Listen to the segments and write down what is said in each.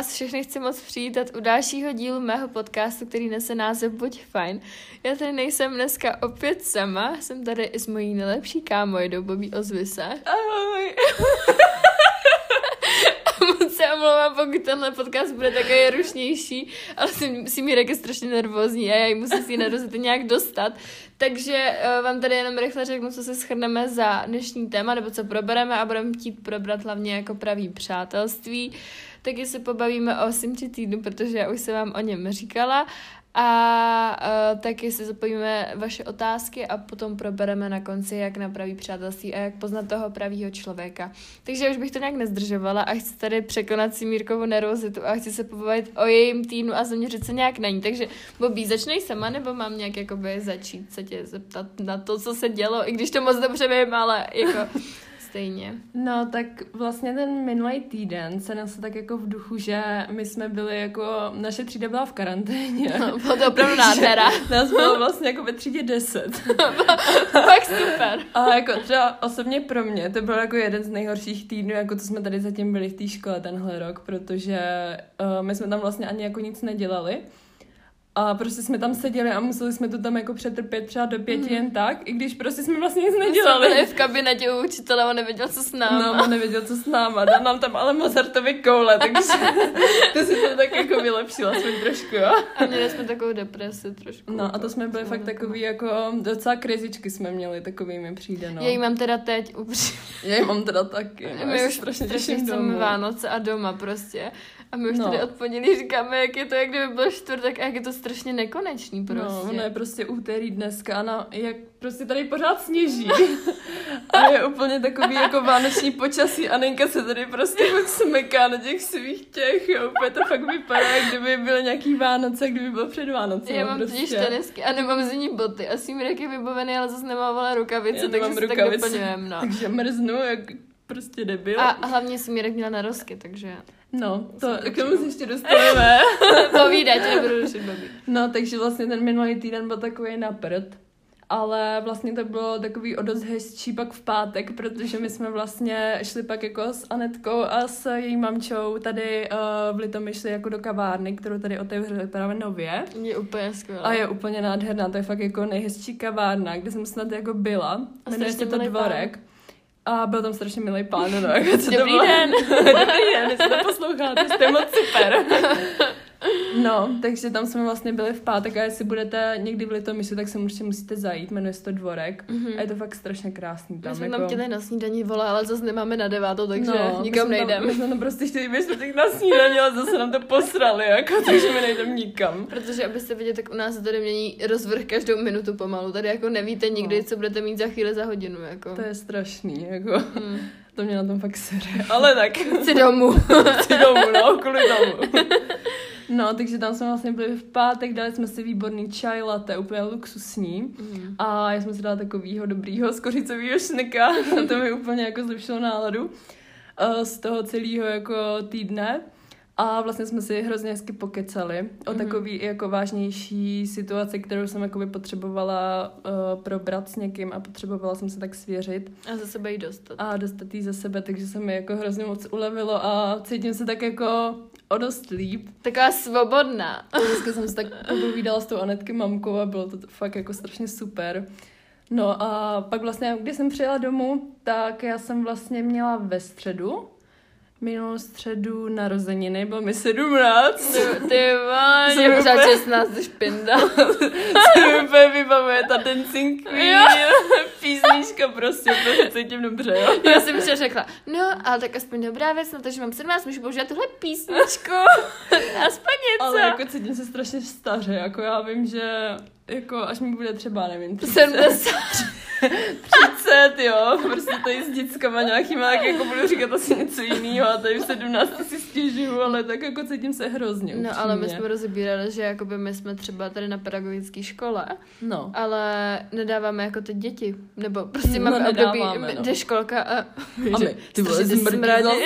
vás všechny chci moc přivítat u dalšího dílu mého podcastu, který nese název Buď fajn. Já tady nejsem dneska opět sama, jsem tady i s mojí nejlepší kámojdou Bobby, ozvi se. Ahoj. Moc se omlouvám, pokud tenhle podcast bude takový rušnější, ale Simírek je strašně nervózní a já jí musím si ji nervozity nějak dostat. Takže vám tady jenom rychle řeknu, co si shrneme za dnešní téma, nebo co probereme a budeme chtít probrat hlavně jako pravý přátelství. Taky se pobavíme o Simči týdnu, protože já už jsem vám o něm říkala. A taky si zapojíme vaše otázky a potom probereme na konci, jak na pravý přátelství a jak poznat toho pravýho člověka. Takže už bych to nějak nezdržovala a chci tady překonat Simírkovu nervozitu a chci se pobavit o jejím týdnu a zaměřit se nějak na ní. Takže Bobby, začnej sama, nebo mám nějak jakoby začít se tě zeptat na to, co se dělo, i když to moc dobře vím, ale jako... Stejně. No, tak vlastně ten minulý týden se nesl tak jako v duchu, že my jsme byli jako, naše třída byla v karanténě. No, bylo to opravdu nádhera. Nás bylo vlastně jako ve třídě 10. Fakt super. A jako třeba osobně pro mě to byl jako jeden z nejhorších týdnů, jako co jsme tady zatím byli v té škole tenhle rok, protože my jsme tam vlastně ani jako nic nedělali. A prostě jsme tam seděli a museli jsme to tam jako přetrpět třeba do 5 jen tak, i když prostě jsme vlastně nic nedělali. My jsme byli v kabinetě u učitele, on nevěděl, co s náma. No, on nevěděl, co s náma. Dal nám tam ale Mozartovy koule, takže to si to tak jako vylepšila aspoň trošku, jo. A měli jsme takovou depresi trošku. No a to jsme byli fakt takový jako docela krizičky jsme měli, takový mi přijde, no. Já ji mám teda teď upřímně. Já ji mám teda taky, no. My už strašně chceme Vánoce a doma prostě. A my už tady od pondělí říkáme, jak je to, jak kdyby byl čtvrtek a jak je to strašně nekonečný prostě. No, ono je prostě úterý dneska a jak prostě tady pořád sněží. A je úplně takový jako vánoční počasí a Nenka se tady prostě fakt smeká na těch svých těch, jo. Úplně to fakt vypadá, jak kdyby byly nějaký Vánoce, kdyby byl před Vánocem. Já mám totiž tenisky a nemám zimní boty a Simírek je vybavený, ale zase nemám rukavice, takže se tak doplňujeme, no. Takže mrznu, jak prostě debil. A hlavně Simírek měla narozky, takže... No, to k tomu si ještě dostaneme. Povídej, tě nebudu rušit, Bobby. No, takže vlastně ten minulý týden byl takový na prd, ale vlastně to bylo takový o dost hezčí pak v pátek, protože my jsme vlastně šli pak jako s Anetkou a s její mamčou tady v Litomyšli jako do kavárny, kterou tady otevřeli právě nově. Je úplně skvělá. A je úplně nádherná, to je fakt jako nejhezčí kavárna, kde jsem snad jako byla. Jmenuje se to Dvorek. A byl tam strašně milý pán, no, jako co Dobrý to den. Dobrý den, jestli to posloucháte, jste moc super. No, takže tam jsme vlastně byli v pátek a jestli budete někdy v Litomyšli, tak se určitě musíte zajít, jmenuje se to Dvorek. A je to fakt strašně krásný tam. My jsme jako... tam chtěli na snídaní, vole, ale zase nemáme na 9, takže nikam nejdeme. My jsme tam prostě chtěli být na snídaní, ale zase nám to posrali, jako, takže my nejdeme nikam. Protože abyste viděli, tak u nás se tady mění rozvrh každou minutu pomalu. Tady jako nevíte nikdy, co budete mít za chvíli za hodinu, jako. To je strašný, jako. To mě na tom fakt sere. Ale tak. Chci domů. Chci domů, no, kvůli domů. No, takže tam jsme vlastně byli v pátek, dali jsme si výborný čaj, latte, úplně luxusní. A já jsem si dala takovýho dobrýho skořicovýho šneka. A to mi úplně jako zlepšilo náladu z toho celého jako týdne. A vlastně jsme si hrozně hezky pokecali o takový jako vážnější situaci, kterou jsem jakoby potřebovala probrat s někým a potřebovala jsem se tak svěřit. A za sebe jí dostat. A dostat jí za sebe, takže se mi jako hrozně moc ulevilo a cítím se tak jako o dost líp. Taková svobodná. Dneska jsem se tak popovídala s tou Anetky mamkou a bylo to fakt jako strašně super. No a pak vlastně, když jsem přijela domů, tak já jsem vlastně měla ve středu, minulou středu narozeniny, bylo mi 17. Ty váně, pořád 16, ty špinda. Se mi úplně vybavuje ta Dancing Queen, písnička prostě cítím dobře, jo. Já jsem ještě řekla, no, ale tak aspoň dobrá věc, no to, že mám 17, můžu používat tuhle písničku. Aspoň něco. Ale jako cítím se strašně staře, jako já vím, že jako až mi bude třeba, nevím, 70. 30, jo, prostě tady s dětskama nějakýma, tak jako budu říkat asi něco jiného a tady v 17 si stěžuju, ale tak jako cítím se hrozně upřímně. No ale my jsme rozebírali, že jakoby my jsme třeba tady na pedagogické škole, no. Ale nedáváme jako ty děti, nebo prostě máme nedáváme, období, jde školka a my, ty vole smrdí zase.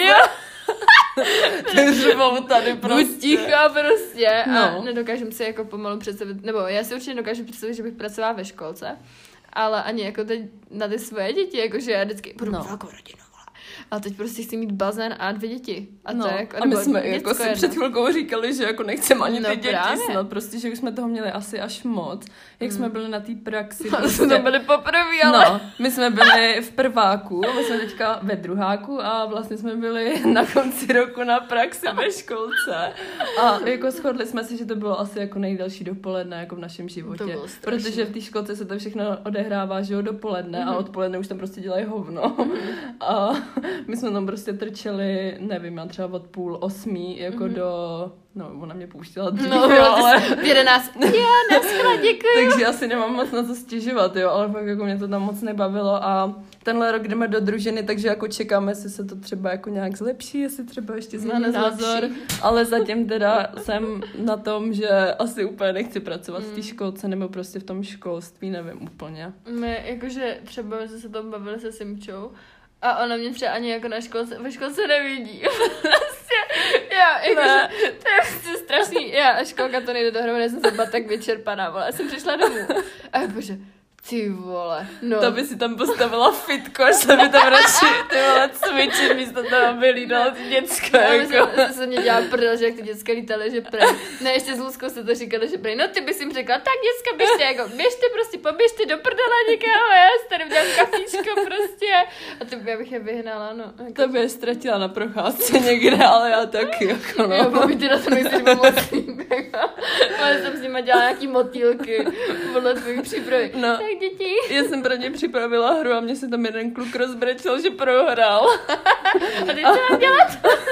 Ty řvou tady prostě. Buď ticha prostě a nedokážem si jako pomalu představit, nebo já si určitě dokážu představit, že bych pracovala ve školce, ale ani jako teď na ty svoje děti, jakože já vždycky budu velkou rodinu, A teď prostě chci mít bazén a 2 děti. A no, tak. A my jsme jako si před chvilkou říkali, že jako nechceme ani ty děti právě. snad, prostě, že už jsme toho měli asi až moc. Jak jsme byli na té praxi. Ale jsme to byli poprvé, ale... No, my jsme byli v prváku, my jsme teďka ve druháku a vlastně jsme byli na konci roku na praxi ve školce. A jako shodli jsme si, že to bylo asi jako nejdelší dopoledne jako v našem životě. Protože v té školce se to všechno odehrává, že jo, dopoledne a odpoledne už tam prostě dělají hovno. A my jsme tam prostě trčeli, nevím, já třeba od 7:30 jako do... No, ona mě pouštěla dřív, ale... v 11. Naschle, děkuji. Takže asi nemám moc na to stěžovat, jo, ale fakt jako mě to tam moc nebavilo a tenhle rok jdeme do družiny, takže jako čekáme, jestli se to třeba jako nějak zlepší, jestli třeba ještě změní názor, ale zatím teda jsem na tom, že asi úplně nechci pracovat v té školce nebo prostě v tom školství, nevím úplně. My jakože třeba jsme se tam bavili se Simčou a ona mě třeba ani jako ve školce nevidí. Jakože, to je prostě strašný. A školka to nejde dohromady, jsem se byla tak vyčerpaná, vole. Já jsem přišla domů a jakože, ty vole, no. To by si tam postavila fitko, až se by tam radši ty vole cvičit, místo toho, aby lídala ty děcka, jako. Já jsem mě dělala prdel, že jak ty děcka lítaly, že prej. Ne, ještě s Luzkou se to říkali, že prej. No ty bys jim řekla, tak děcka, běžte prostě, poběžte do prdela někam, já si tady udělám kafíčko prostě. A to já bych je vyhnala, no. Jako... To by je ztratila na procházce někde, ale já taky, jako no. Jo, pokud ty na to nejsi pomocný, ale jsem s nima dělala nějaký motýlky podle tvých přípravy. No. Tak děti. Já jsem pro ně připravila hru a mě se tam jeden kluk rozbrečel, že prohrál. A teď co mám dělat?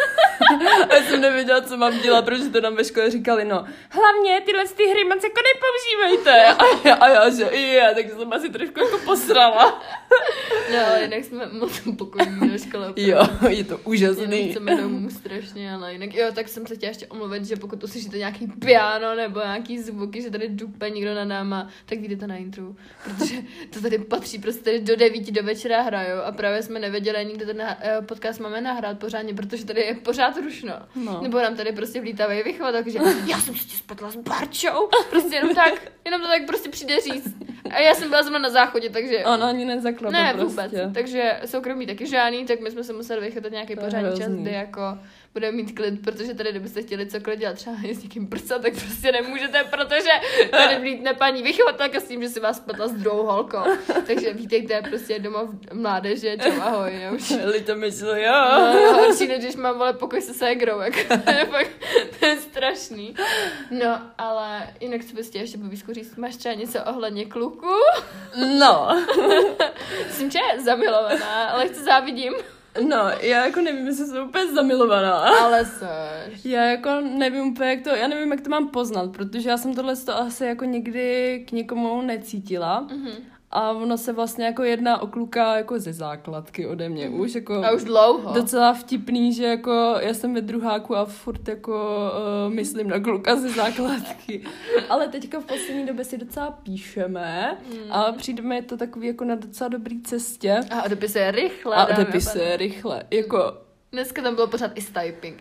A já jsem nevěděla, co mám dělat, protože to nám ve škole říkali, no, hlavně tyhle ty hry moc jako nepoužívejte. A já že takže jsem asi trošku jako posrala. No, ale jinak jsme moc pokojní na škole. Jo, je to úžasný. Jenom chceme domů strašně, ale jinak, jo, tak jsem se chtěla ještě omluvit, že pokud uslyšíte nějaký piano nebo nějaký zvuky, že tady dupe někdo na náma, tak jdete na intro, protože to tady patří prostě tady do 9 do večera hrajou a právě jsme nevěděli, nikdy ten podcast máme nahrát pořádně, protože tady je pořád rušno. No. Nebo nám tady prostě vlítávají vychovat, takže já jsem se ti spletla s Barčou, prostě jenom to tak prostě přijde říct. A já jsem byla zrovna na záchodě, takže... Ono ani nezaklapá ne, prostě. Vůbec. Takže soukromí taky žádný, tak my jsme se museli vychytat nějaký pořádný čas, kdy jako budeme mít klid, protože tady, kdybyste chtěli cokoliv dělat, třeba s někým prcat, tak prostě nemůžete, protože tady vlítne paní vychovatelka s tím, že si vás spletla s druhou holkou. Takže vítejte prostě doma v mládeže, čau, ahoj. Lito myslel, jo. No, horší, než když mám vole pokoj se ségrou, jako to je strašný. No, ale jinak co bys ještě povízku říct, máš třeba něco ohledně kluku? No. Jsem je zamilovaná, ale chci závidím. No, já jako nevím, jestli jsem úplně zamilovaná. Ale seš. Já jako nevím úplně, já nevím, jak to mám poznat, protože já jsem tohle asi jako nikdy k někomu necítila. Mm-hmm. A ono se vlastně jako jedná o kluka jako ze základky ode mě už. Jako a už dlouho. Docela vtipný, že jako já jsem ve druháku a furt jako myslím na kluka ze základky. Ale teďka v poslední době si docela píšeme a přijdeme to takový jako na docela dobrý cestě. A odepisuje rychle. A odepisuje rychle. Jako dneska tam bylo pořád is typing.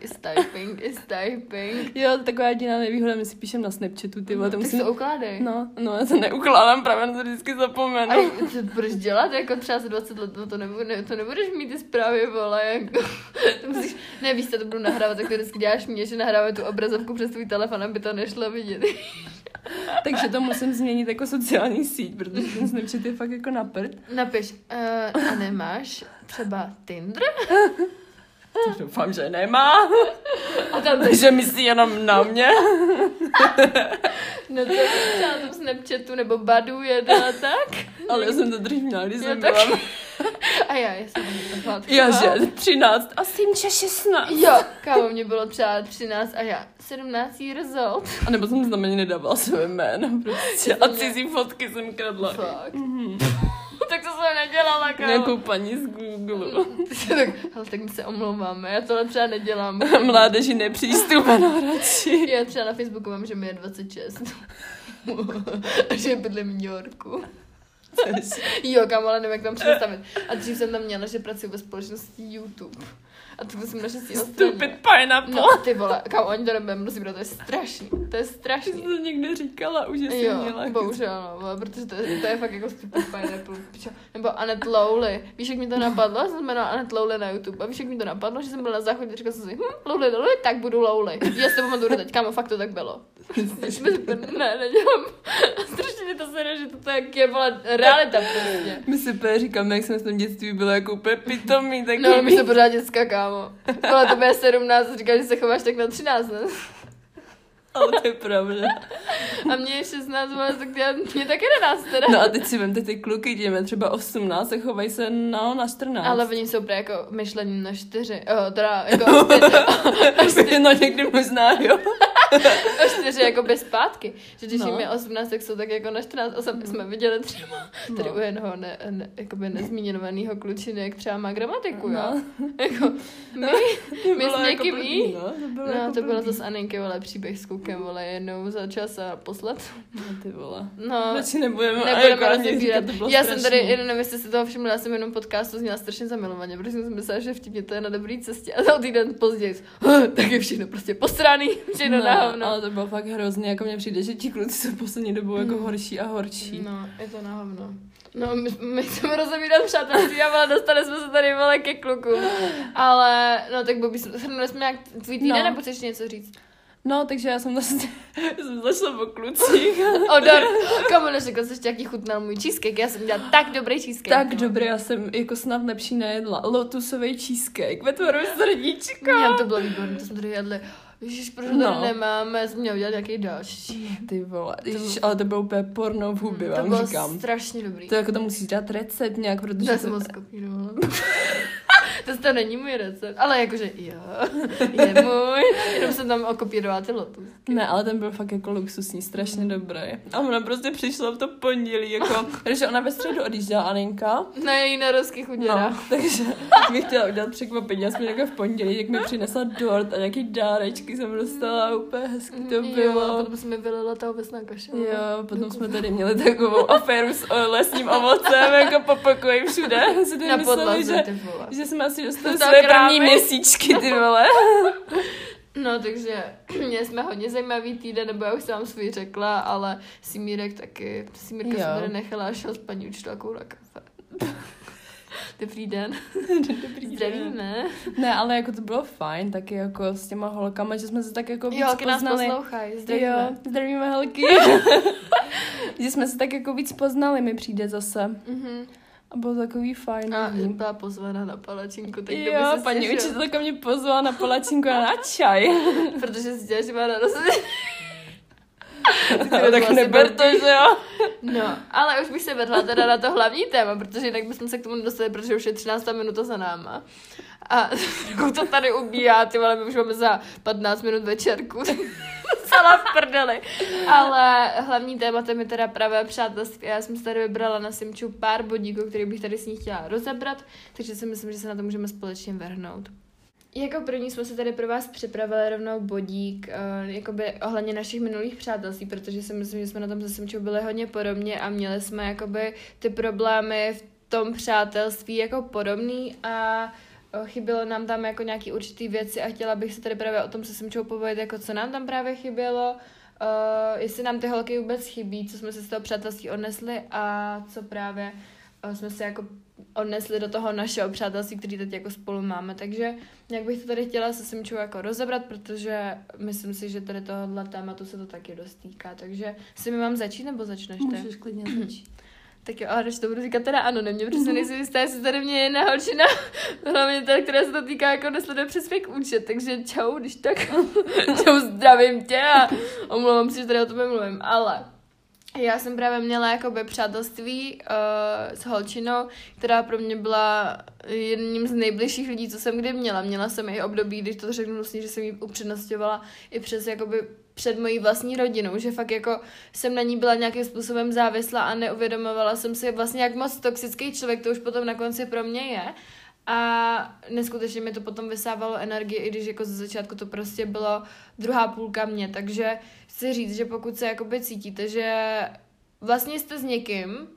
Jo, taková jediná nevýhoda, my si píšem na Snapchatu, ty vole. Tak musím... to ukládej. No, já to neukládám, právě na to vždycky zapomenu. A co budeš dělat, jako třeba za 20 let, to nebudeš mít ty zprávy, vole, jako. To musíš, ne, víš, to budu nahrávat, tak to vždycky děláš mě, že nahrávají tu obrazovku přes tvůj telefon, aby to nešlo vidět. Takže to musím změnit jako sociální síť, protože ten Snapchat je fakt jako na prd. Napiš, a nemáš třeba Tinder? To doufám, že nemá. A tam takže myslí jenom na mě. No to je třeba na tom Snapchatu nebo Badu jedna, tak? Ale já jsem to dřív měla, když jsem byla. A já jsem to Jaže, 13 a Simče 16. Jo, kámo, mě bylo třeba 13 a já 17 years old. A nebo jsem tam ani nedávala své jméno, prostě. A cizí fotky jsem kradla. Fakt. Tak to jsem nedělala, kámo. Nějakou paní z Google. Tak my se omlouváme, já tohle třeba nedělám. Mládeži nepřístupeno radši. Já třeba na Facebooku mám, že mi je 26. A že bydlím v New Yorku. Jo, kámo, ale nevím, jak tam představit. A dřív jsem tam měla, že pracuji ve společnosti YouTube. A to musím na 6. Stupid pineapple. No, ty vole, kámo, oni to nebudeme musím, to je strašný. To je strašný. Ty jsi to někde říkala, už jsi měla. Bohužel, no, protože to je fakt jako stupid pineapple. Nebo Annette Lowley. Víš, jak mi to napadlo? Já jsem jmenovala Annette Lowley na YouTube. A víš, jak mi to napadlo? Že jsem byla na záchodě, říkala jsem si, Lowley, tak budu Lowley. Já si to pamatuju teď, kámo, fakt to tak bylo. Ne, nedělám. Strašně mi to sere, že to je vole realita prostě. My si úplně říkáme, jak jsme v tom dětství byli jako úplně pitomí. No, my jsme pořád děcka, kámo. Ale to bude 17, říkáš, že se chováš tak na 13, ne? Ale to je pravda. A mě je 16, tak mě tak 11 teda. No a teď si vemte ty kluky, jdeme třeba 18 a chovají se na 14. Ale oni jsou právě jako myšlení na 4. Teda jako no někdy možná, jo. O 4 jako bez zpátky. Že když jim je 18, tak jsou tak jako na 14. A sami jsme viděli třeba tady u jednoho jakoby nezmíněnovaného klučiny, jak třeba má gramatiku, jo. Jako my s někým jí. No, to bylo zase Aninky, vole, příběh s klukem, vole, jednou za čas a posled. No, ty vole. No. Radši nebudeme rozebírat. Já jsem tady, nevím, jestli si toho všimla, já jsem jenom podcastu zněla strašně zamilovaně, protože jsem si myslela, že vtipně to je na dobrý cestě. A za týden později, tak je všechno prostě posraný, všechno na hovno. Ale to bylo fakt hrozně, jako mně přijde, že ti kluci jsou poslední dobou jako horší a horší. No, je to na hovno. No, my chceme rozebírat přátelství a dostali jsme se tady vole ke klukům. Ale, no tak Bobby, shrnuli jsme nějak tvůj týden, nebo chceš něco říct? No, takže já jsem vlastně zašla po klucích. Odor. Komu neřekla, jsi jaký chutnal můj cheesecake? Já jsem dělala tak dobrý cheesecake. Tak dobrý, já jsem jako snad lepší nejedla. Lotusový cheesecake ve tvaru srdíčka. Já, to bylo výborné, to jsme tady jedli. Ježiš, proč to tady nemáme? Já jsem měla udělat nějaký další. Ty vole, ježiš, ale to bylo úplně porno v huby, vám říkám. To bylo strašně dobrý. To jako to musíš dát recept nějak, protože... Já jsem moc kopírovala. To není můj recept, ale jakože jo, je můj, jenom jsem tam okopírovala ty lotusky. Ne, ale ten byl fakt jako luxusní, strašně dobrý. A ona prostě přišla v to pondělí, jako, protože ona ve středu odjížděla Aninka. Na její narozky chuděra. No, takže bych chtěla udělat překvapení, aspoň jako v pondělí, jak mi přinesla dort a nějaký dárečky jsem dostala, úplně hezky to bylo. Jo, a potom jsme vylila ta ovesná kaše. Jo, potom jsme tady měli takovou aféru s lesním ovocem, jako po pokoji všude. Na podlaze, že jsme asi dostali své první měsíčky, ty vole. No, takže měli jsme hodně zajímavý týden, nebo já už jsem vám svůj řekla, ale Simírek taky. Simírka se tady nechala a šel s paní učitelkou na kafe. Dobrý den. Dobrý Zdravíme. Ne, ale jako to bylo fajn, taky jako s těma holkama, že jsme se tak jako víc poznali. Jo, nás poslouchaj, zdravíme. Jo, zdravíme holky. Že jsme se tak jako víc poznali, mi přijde zase. A bylo takový fajn. A byla pozvaná na palačinku, tak jo, paní učitelka mě pozvala na palačinku a na čaj. Protože si dělala, že má narozeniny. Tak neber to, že jo? No, ale už bych se vedla teda na to hlavní téma, protože jinak bychom se k tomu nedostali, protože už je 13. minuta za náma. A to tady ubíhá, ty vole, my už máme za 15 minut večerku. Celá v prdeli. Ale hlavní tématem je teda pravé přátelství. Já jsem si tady vybrala na Simču pár bodíků, který bych tady s ní chtěla rozebrat, takže si myslím, že se na to můžeme společně vrhnout. Jako první jsme se tady pro vás připravili rovnou bodík jakoby ohledně našich minulých přátelství, protože si myslím, že jsme na tom se Simčou byli hodně podobně a měli jsme jakoby ty problémy v tom přátelství jako podobný a chybělo nám tam jako nějaký určitý věci a chtěla bych se tady právě o tom se Simčou povědět, jako co nám tam právě chybělo, jestli nám ty holky vůbec chybí, co jsme si z toho přátelství odnesli a co právě jsme se jako odnesli do toho našeho přátelství, který teď jako spolu máme. Takže jak bych to tady chtěla se Simčou jako rozebrat, protože myslím si, že tady tohohle tématu se to taky dostýká. Takže si mi mám začít, nebo začneš ty? Můžeš klidně začít. Tak jo, ale když to budu říkat teda anonymně, protože nejsem jistá, jestli tady mě jedna holčina, hlavně ta, která se to týká, jako nesleduje přes fake účet, takže čau, když tak, čau, zdravím tě a omlouvám si, že tady o tobě mluvím, ale já jsem právě měla jakoby přátelství s holčinou, která pro mě byla jedním z nejbližších lidí, co jsem kdy měla. Měla jsem i období, když to řeknu hnusně, že jsem ji upřednostňovala i přes jakoby před mojí vlastní rodinou, že fakt jako jsem na ní byla nějakým způsobem závislá a neuvědomovala jsem si vlastně, jak moc toxický člověk to už potom na konci pro mě je. A neskutečně mi to potom vysávalo energii, i když jako ze začátku to prostě bylo druhá půlka mě, takže chci říct, že pokud se jakoby cítíte, že vlastně jste s někým,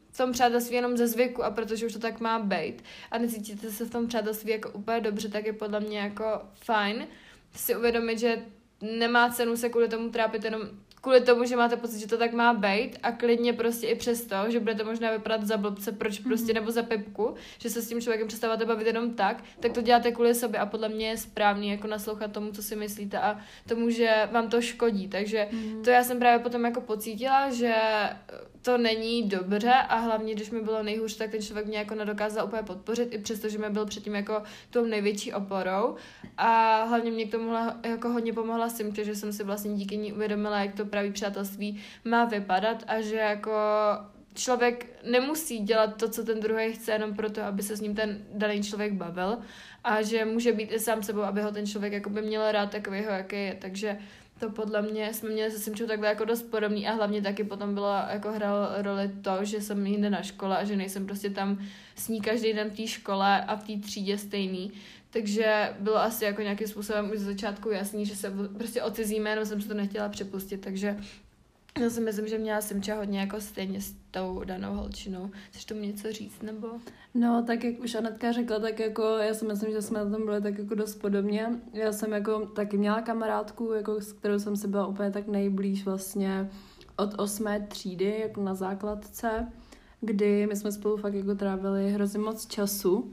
v tom přátelství jenom ze zvyku a protože už to tak má být a necítíte se v tom přátelství jako úplně dobře, tak je podle mě jako fajn si uvědomit, že nemá cenu se kvůli tomu trápit jenom kvůli tomu, že máte pocit, že to tak má být a klidně prostě i přesto, že budete možná vypadat za blbce, proč prostě, nebo za pipku, že se s tím člověkem přestáváte bavit jenom tak to děláte kvůli sobě a podle mě je správný jako naslouchat tomu, co si myslíte a tomu, že vám to škodí, takže to já jsem právě potom jako pocítila, že to není dobře a hlavně, když mi bylo nejhůř, tak ten člověk mě jako nedokázal úplně podpořit, i přesto, že mi byl předtím jako tou největší oporou a hlavně mě k tomu jako hodně pomohla Simče, že jsem si vlastně díky ní uvědomila, jak to pravý přátelství má vypadat a že jako člověk nemusí dělat to, co ten druhý chce, jenom proto, aby se s ním ten daný člověk bavil a že může být i sám sebou, aby ho ten člověk jako by měl rád takovýho, jaký je, takže to podle mě jsme měli se Simčou takhle jako dost podobný a hlavně taky potom bylo jako hrál roli to, že jsem jinde na škole a že nejsem prostě tam s ní každý den v té škole a v té třídě stejný. Takže bylo asi jako nějakým způsobem už z začátku jasný, že se prostě odcizíme, jenom jsem se to nechtěla připustit, takže já si myslím, že měla Simča hodně jako stejně s tou danou holčinou. Chceš tomu něco říct, nebo? No, tak jak už Anetka řekla, tak jako já si myslím, že jsme na tom byli tak jako dost podobně. Já jsem jako taky měla kamarádku, jako s kterou jsem se byla úplně tak nejblíž vlastně od 8. třídy, jako na základce, kdy my jsme spolu fakt jako trávili hrozně moc času.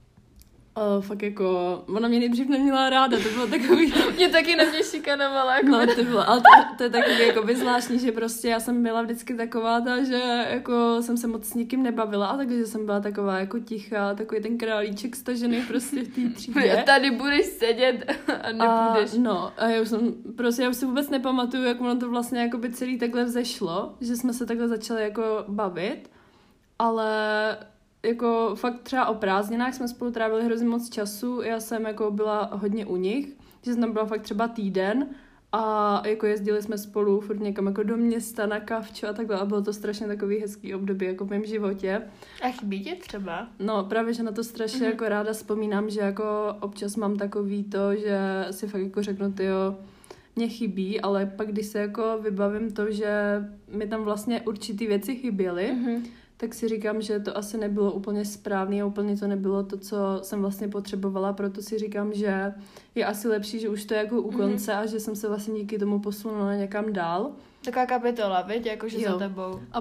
Fakt jako, ona mě nejdřív neměla ráda, to bylo takový... Mě taky na mě šikanovala. Jako no, to bylo, ale to je takový jako zvláštní, že prostě já jsem byla vždycky taková ta, že jako jsem se moc s nikým nebavila a takže jsem byla taková jako tichá, takový ten králíček stažený prostě v té třídě. Tady budeš sedět a nepůjdeš. A já už si vůbec nepamatuju, jak ono to vlastně jako by celý takhle vzešlo, že jsme se takhle začali jako bavit, ale... Jako fakt třeba o prázdninách jsme spolu trávili hrozně moc času, já jsem jako byla hodně u nich, že jsem tam byla fakt třeba týden a jako jezdili jsme spolu furt někam jako do města na kavču a takhle a bylo to strašně takový hezký období jako v mém životě. A chybí tě třeba? No právě, že na to strašně jako ráda vzpomínám, že jako občas mám takový to, že si fakt jako řeknu, tyjo, mě chybí, ale pak když se jako vybavím to, že mi tam vlastně určitý věci chyběly, tak si říkám, že to asi nebylo úplně správný a úplně to nebylo to, co jsem vlastně potřebovala, proto si říkám, že je asi lepší, že už to je jako u konce a že jsem se vlastně díky tomu posunula někam dál. Taková kapitola, viď? Jakože za tebou. A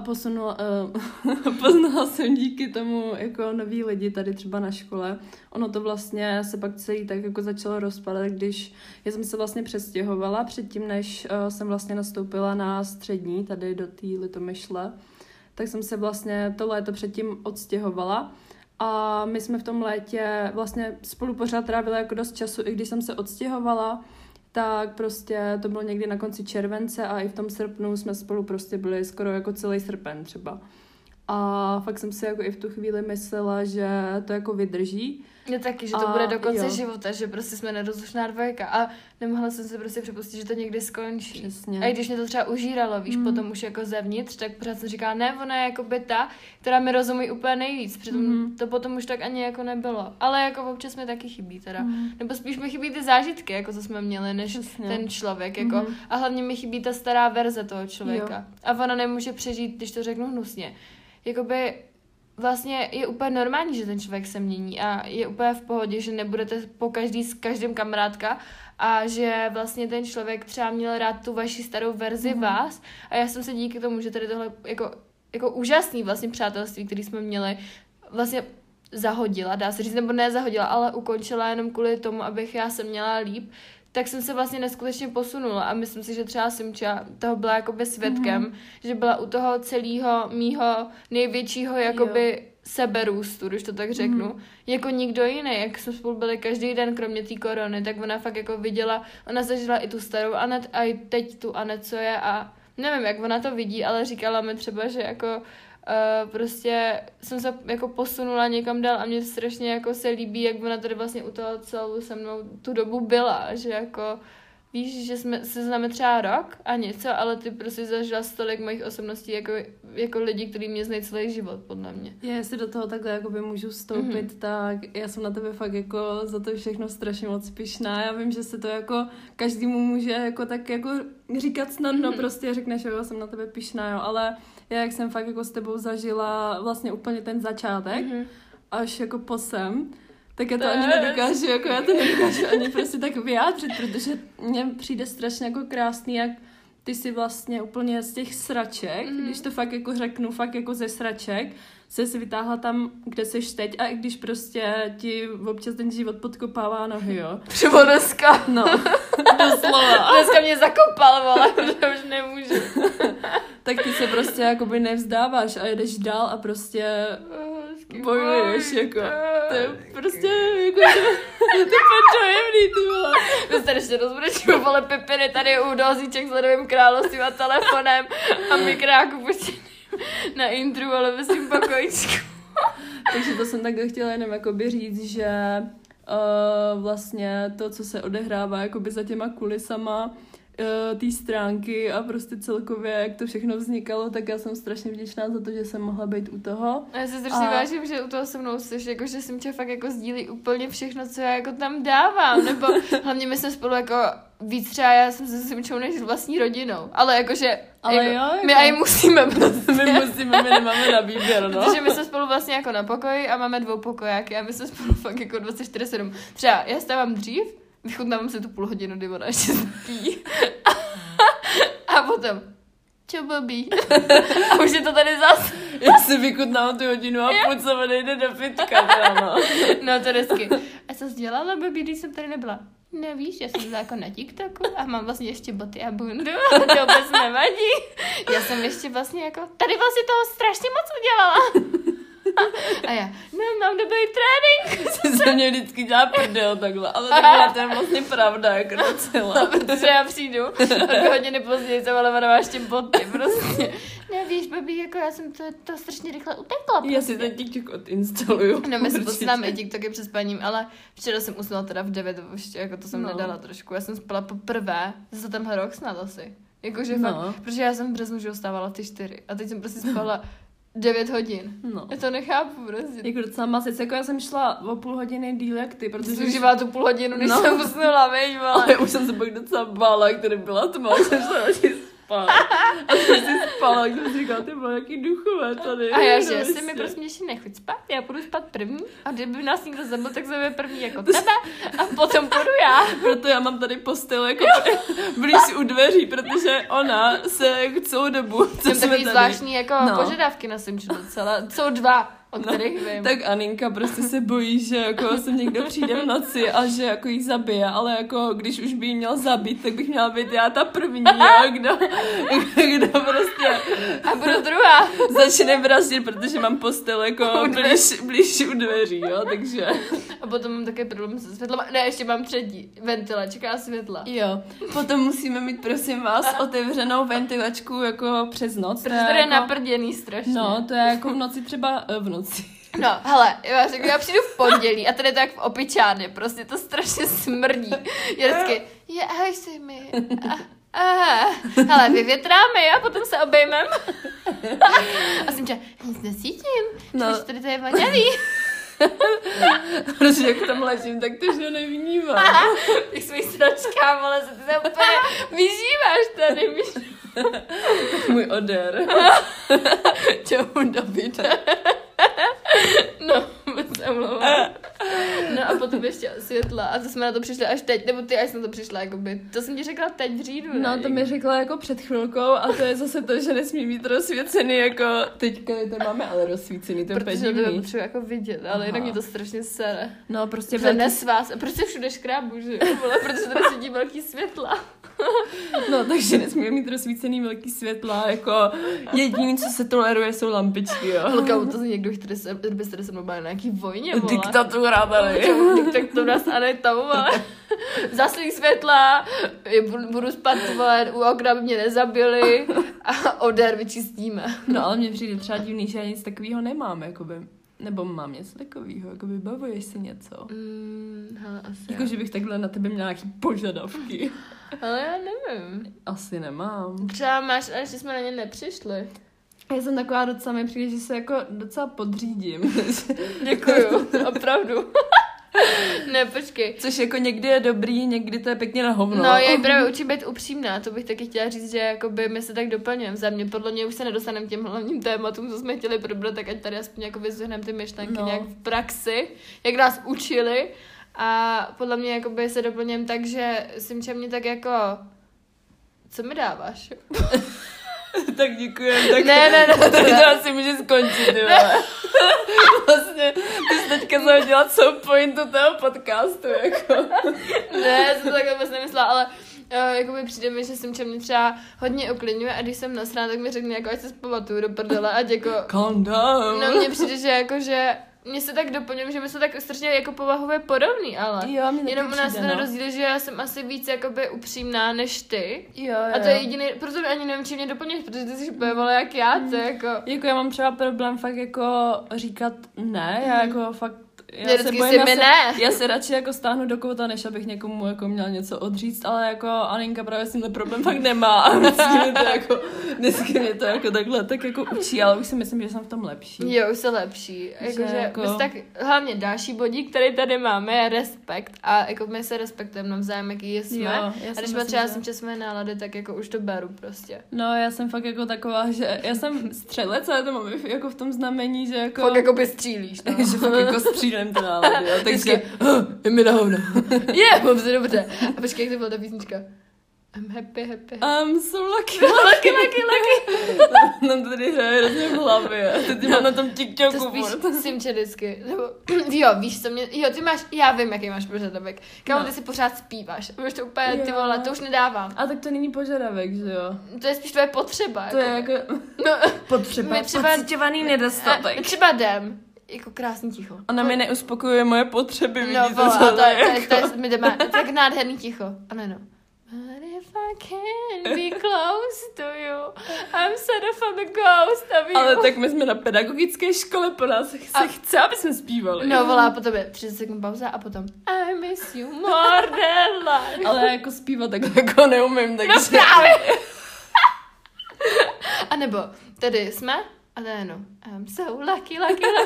poznala jsem díky tomu jako nový lidi tady třeba na škole. Ono to vlastně se pak celý tak jako začalo rozpadat, když já jsem se vlastně přestěhovala předtím, než jsem vlastně nastoupila na střední, tady do té Litomyšle. Tak jsem se vlastně to léto předtím odstěhovala a my jsme v tom létě vlastně spolu pořád trávili jako dost času, i když jsem se odstěhovala, tak prostě to bylo někdy na konci července a i v tom srpnu jsme spolu prostě byli skoro jako celý srpen třeba. A fakt jsem si jako i v tu chvíli myslela, že to jako vydrží. Já taky, že to bude do konce života, že prostě jsme nerozlučná dvojka a nemohla jsem si prostě připustit, že to někdy skončí. Přesně. A i když mě to třeba užíralo, víš, potom už jako zevnitř, tak pořád jsem říkala, ne, ona je jako by ta, která mi rozumí úplně nejvíc, přitom to potom už tak ani jako nebylo. Ale jako občas mi taky chybí teda. Nebo spíš mi chybí ty zážitky, jako co jsme měli, než ten člověk, jako. A hlavně mi chybí ta stará verze toho člověka. Jo. A ona nemůže přežít, když to řeknu hnusně. Jakoby vlastně je úplně normální, že ten člověk se mění a je úplně v pohodě, že nebudete po každý s každým kamarádka a že vlastně ten člověk třeba měl rád tu vaši starou verzi vás a já jsem se díky tomu, že tady tohle jako úžasný vlastně přátelství, který jsme měli, vlastně zahodila, dá se říct, nebo ne zahodila, ale ukončila jenom kvůli tomu, abych já se měla líp, tak jsem se vlastně neskutečně posunula a myslím si, že třeba Simča toho byla jakoby svědkem, že byla u toho celého mýho největšího jakoby seberůstu, když to tak řeknu, jako nikdo jiný, jak jsme spolu byli každý den, kromě té korony, tak ona fakt jako viděla, ona zažila i tu starou Anet a i teď tu Anet, co je a nevím, jak ona to vidí, ale říkala mi třeba, že jako prostě jsem se jako posunula někam dál a mě strašně jako se líbí, jak ona tady vlastně u toho celou se mnou tu dobu byla, že jako víš, že jsme se známe třeba rok a něco, ale ty prostě zažila tolik mojich osobností jako lidi, kteří mě znají celý život, podle mě. Já jestli do toho takhle jakoby můžu vstoupit, tak já jsem na tebe fakt jako za to všechno strašně moc pyšná. Já vím, že se to jako každému může jako tak jako říkat snadno, prostě řekneš, že jsem na tebe pyšná, jo, ale já jak jsem fakt jako s tebou zažila vlastně úplně ten začátek, až jako po sem, tak já to ani nedokážu, jako já to nedokážu ani prostě tak vyjádřit, protože mně přijde strašně jako krásný, jak ty si vlastně úplně z těch sraček, když to fakt jako řeknu, fakt jako ze sraček, si vytáhla tam, kde seš teď a i když prostě ti občas ten život podkopává nohy, jo. Třeba dneska. No, doslova. Dneska mě zakopal, vole, že už nemůžu. Tak ty se prostě jakoby nevzdáváš a jedeš dál a prostě bojuješ, jako. To je prostě, jako, ty dojemný, ty vole. My se ještě rozbrečíme, vole, Pipiny tady u dozíček s Ledovým královstvím a telefonem a mikráku počítám na intru, ale ve svým pokojíčku. Takže to jsem takhle chtěla jenom jakoby říct, že vlastně to, co se odehrává jakoby za těma kulisama té stránky a prostě celkově, jak to všechno vznikalo, tak já jsem strašně vděčná za to, že jsem mohla být u toho. A já se strašně vážím, že u toho se mnou jsi, jako, že jsem tě fakt jako sdílí úplně všechno, co já jako tam dávám, nebo hlavně my jsme spolu jako víc třeba, já jsem se Simčou než vlastní rodinou, ale jakože my aj musíme prostě. My nemáme na výběr, no. Protože my jsme spolu vlastně jako na pokoji a máme 2 pokojáky a my jsme spolu fakt jako 24/7. Třeba já stávám dřív, vychutnávám si tu půl hodinu, kdy ona ještě spí. A potom, čo blbý. A už je to tady zas. Já si vychutnám tu hodinu a půl, co mi nejde do fitka, no. No to vždycky. A co jsi dělala, blbý, když jsem tady nebyla? Nevíš, já jsem jako na TikToku a mám vlastně ještě boty a bundu a to vůbec nevadí. Já jsem ještě vlastně jako, tady vlastně toho strašně moc udělala. A já, no mám dobrý trénink. Jsem mě vždycky dělá prdel takhle, ale takhle to je vlastně pravda, jako docela. Protože já přijdu, o 2 hodiny později jsem ale máš ještě boty, prostě. Nevíš, babi, jako já jsem to strašně rychle utekla. Prostě. Já si ten TikTok odinstaluju. No my se posíláme TikToky přes paním, ale včera jsem usnula teda v 9, ještě jako to jsem nedala trošku. Já jsem spala poprvé za tenhle rok snad asi. Jakože fakt, protože já jsem v březnu že vstávala ty 4 a teď jsem prostě spala 9 hodin. No. Já to nechápu prostě. Jako docela masic, jako já jsem šla o půl hodiny díl jak ty, protože... Jsi užívala tu půl hodinu, když jsem usnula, veď, vole. Ale už jsem se pak docela bála, který byla tma, jsem šla radši spát. A jsem si spala, když jsem říkala, ty bylo jaký duchové tady. A já, že jestli mi prostě ještě nechuť spát, já půjdu spát první a kdyby nás někdo zabil, tak jsem první jako tebe a potom půjdu já. Proto já mám tady postel jako blíž u dveří, protože ona se jako celou dobu, co jsem takový zvláštní jako požadavky na Simču docela, jsou 2. O kterých vím. Tak Aninka prostě se bojí, že jako sem někdo přijde v noci a že jako jí zabije, ale jako když už by jí měl zabít, tak bych měla být já ta první, jo, kdo prostě... A budu druhá. Začne vraždit, protože mám postel jako blíž u dveří, jo, takže... A potom mám také problém se světlem. Ne, ještě mám 3. ventilačka a světla. Jo, potom musíme mít, prosím vás, otevřenou ventilačku jako přes noc. Protože to je jako naprděný strašně. No, to je jako v noci třeba v noci. No, hele, já přijdu v pondělí a tady to jak v opičárně, prostě to strašně smrdí. Já vždycky, ahoj si mi. Hele, vyvětráme a potom se obejmem. A jsem říkala, nic necítím, protože tady to je voňavý. Protože jak tam ležím, tak to že nevnímám. Těch svých sračkám, ale se ty se úplně vyžíváš tady. Můj odér. Čau, Davide. No, se omlouvám. No a potom ještě světla. A to jsme na to přišli až teď, nebo ty až na to přišla, jakoby. To jsem ti řekla teď v říjnu, ne? No, to mi řekla jako před chvilkou a to je zase to, že nesmí být rozsvícený, jako teďka to máme, ale rozsvícený, to je protože to potřebuji jako vidět, ale jinak mě to strašně sere. No, prostě přenes vás. A proč se všude škrábu, že jo? Protože tady sedí velký světla. No, takže nesmíme mít rozsvícený velký světla, jako jediný, co se toleruje, jsou lampičky, jo. Holka, to si někdo, kdybyste se mnou na nějaký vojně, vole. Diktatura tady. Diktatura s Anitou, ale zaslí světla, budu spát, vole, u okna, aby mě nezabili a odér vyčistíme. No, ale mně přijde třeba divný, že já nic takového nemám, jakoby. Nebo mám něco takového, jako vybavuješ si něco? Hele, asi jako, že bych takhle na tebe měla nějaký požadavky. Ale já nevím. Asi nemám. Třeba máš, ale že jsme na ně nepřišli. Já jsem taková docela, mi přijde, že se jako docela podřídím. Děkuju, opravdu. Ne, počkej. Což jako někdy je dobrý, někdy to je pěkně na hovno. No, já právě učím být upřímná, to bych taky chtěla říct, že jakoby my se tak doplňujeme. Za mě, podle mě už se nedostaneme k těm hlavním tématům, co jsme chtěli probrat, tak ať tady aspoň jako vyzvihneme ty myšlenky nějak v praxi, jak nás učili. A podle mě jakoby se doplňujeme tak, že Simča mě tak jako... Co mi dáváš? Tak děkujem. Tak Ne. To asi může skončit, jo. Vlastně, ty jsi teďka zahodila celou pointu toho podcastu, jako. Ne, jsem to takhle vůbec nemyslela, ale jakoby přijde mi, že Simča mě třeba hodně uklidňuje a když jsem nasraná, tak mi řekne, jako ať se zpamatuju do prdele, ať jako... Calm down. No mně přijde, že jako, že mě se tak doplňujem, že my jsme tak strašně jako povahově podobný, ale jo, jenom u nás ten rozdíl, že já jsem asi víc jakoby upřímná než ty. Jo. A to je jediný, proto ani nevím, čím mě doplňuješ, protože ty jsi úplně jak já, to jako... Jako já mám třeba problém fakt jako říkat ne, já jako fakt já se radši jako stáhnu do kouta, než abych někomu jako měla něco odříct, ale jako Aninka právě s tímhle problém fakt nemá a vždycky mě to jako takhle tak jako učí, ale už si myslím, že jsem v tom lepší. Jo, už se lepší. Jakože tak hlavně další bodík, který tady máme, je respekt a jako my se respektujeme navzájem, jaký jsme. Jo, a když má třeba jsem čas své nálady, tak jako už to beru prostě. No, já jsem fakt jako taková, že já jsem střelec, ale to mám jako v tom znamení, že jako... Fakt jako by střílíš, no. Že fakt jako střílím ty nálady, jo, takže... je mi na hovno. Mám se dobře. A počkej, jak to byla ta písnička? I'm happy. I'm so lucky. lucky. Nám to tady hraje hrozně v hlavě. Teď mám na tom TikToku. To spíš Simče vždycky. Jo, víš co mě... Jo, ty máš... Já vím, jaký máš požadavek. Kámo, ty si pořád zpíváš. Už to úplně, ty vole, to už nedávám. A tak to není požadavek, že jo? To je spíš tvoje potřeba. To je jako... Potřeba. Pocitovaný nedostatek. Třeba jdem. Jako krásný ticho. Ona mi neuspokojuje moje potřeby, vidíte, no, co to je, my jdeme, tak nádherný ticho. A ne, no. But if I can be close to you, I'm set off on the ghost of you. Ale tak my jsme na pedagogické škole, po nás se chce, aby jsme zpívali. No, volá, potom je 30 sekund pauza a potom I miss you more than life. Ale jako zpívat takhle jako neumím, takže... No právě. A nebo tady jsme a ne, no. I'm so lucky.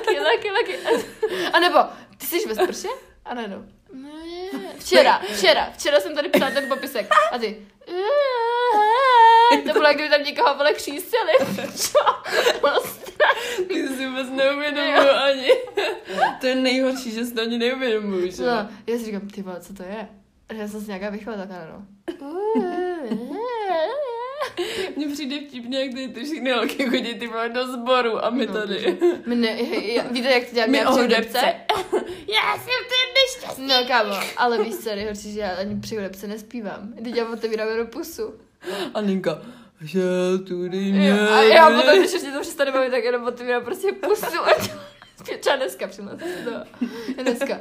A nebo ty jsi ve sprše? A ne, no. Včera jsem tady psala ten popisek. A ty. To bylo, jak kdyby tam někoho vole křísili. Ty si vůbec neuvědomuji ani. To je nejhorší, že si to ani neuvědomuji, že? No, já si říkám, ty vole, co to je? A já jsem si nějaká vychvala tak, no. Mně přijde vtipně, jak ty všechny holky chodí ty do sboru a my tady. My ne, víte, jak to dělám při hudebce? Já jsem ten nešťastný. No kámo, ale víš co, nejhorší, že já ani při hudebce nespívám. Teď já otevírám jenom pusu. Aninka, že tudy mě... A já potom, když už mě to přestane bavit, tak jenom otevírám prostě pusu. Třeba dneska přinat to. Dneska.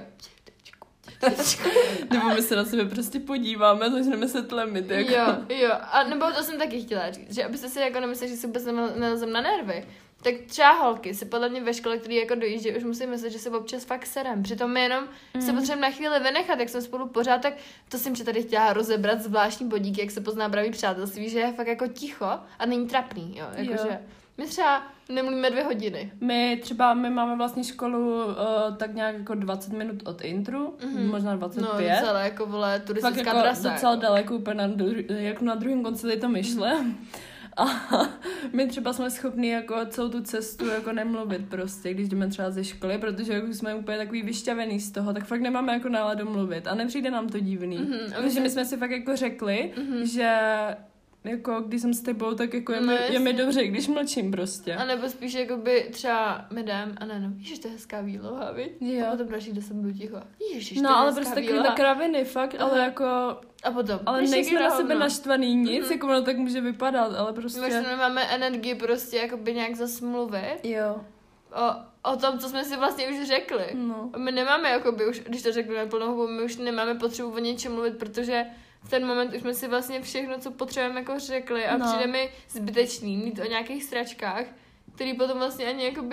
Nebo my se na sebe prostě podíváme a začneme se tlemit. Jako. Jo. A nebo to jsem taky chtěla říct, že abyste si jako nemysleli, že si vůbec nelezem na nervy. Tak třeba holky si podle mě ve škole, který jako dojíždí, už musí myslet, že se občas fakt serem. Přitom my jenom se potřebujeme na chvíli vynechat, jak jsme spolu pořád, tak to jsem tady chtěla rozebrat zvláštní bodíky, jak se pozná pravý přátelství, že je fakt jako ticho a není trapný, jo. Jakože my třeba nemluvíme 2 hodiny. My máme vlastně školu tak nějak jako 20 minut od intru, možná 25. No docela jako vole turistická jako trasa. Docela jako. Daleko, úplně jako na druhém konci tady to myšle. A my třeba jsme schopni jako celou tu cestu jako nemluvit prostě, když jdeme třeba ze školy, protože jako jsme úplně takový vyšťavený z toho, tak fakt nemáme jako náladu mluvit a nepřijde nám to divný. Protože my jsme si fakt jako řekli, že jako když jsem s tebou, tak jako je mi dobře, když mlčím prostě. A nebo spíš jakoby třeba mi dám a ne, no, ježiš, to je hezká výloha, viď? Jo. A potom další, kde jsem budu ticho. Ježiš, no, ale prostě takový kraviny, fakt, ale jako... A potom. Ale nejsme na sebe naštvaný nic, jako ono tak může vypadat, ale prostě... My nemáme energii prostě jakoby nějak zasmluvit. Jo. O tom, co jsme si vlastně už řekli. No. My nemáme jakoby už, když to řekli na plnou hubu, my už nemáme potřebu o něčem mluvit, protože v ten moment už jsme si vlastně všechno, co potřebujeme, jako řekli a přijde mi zbytečný mít o nějakých sračkách, který potom vlastně ani jakoby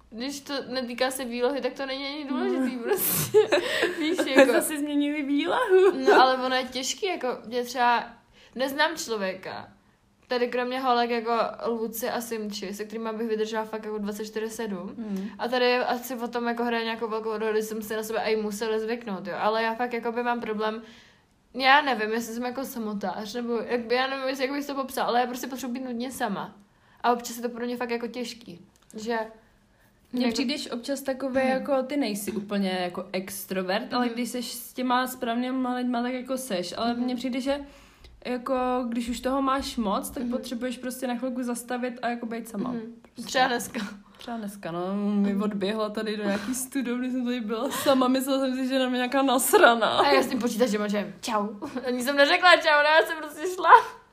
když to netýká se výlohy, tak to není ani důležitý prostě. Víš, jako. Zase změnili výlohu. No ale ono je těžký, jako mě třeba neznám člověka, tady kromě holek jako Luci a Simči, se kterýma bych vydržela fakt jako 24/7. A tady je asi o tom jako hraje nějakou velkou roli, jsem se na sebe i musela zvyknout, jo. Ale já fakt jako by mám problém, já nevím, jestli jsem jako samotář, nebo já nevím, jak bych to popsala, ale já prostě potřebuji být nudně sama. A občas je to pro mě fakt jako těžký, že... Mně přijdeš občas takové, jako ty nejsi úplně jako extrovert, ale když seš s těma správnýma lidma, tak jako seš. Ale mně přijde, že jako když už toho máš moc, tak potřebuješ prostě na chvilku zastavit a jako být sama. Prostě. Třeba dneska, no. Mi odběhla tady do nějaký studovny, jsem tady byla sama, myslela jsem si, že na mě nějaká nasrana. A já s tím počítačem že čau. Ani jsem neřekla čau, no, já jsem prostě šla.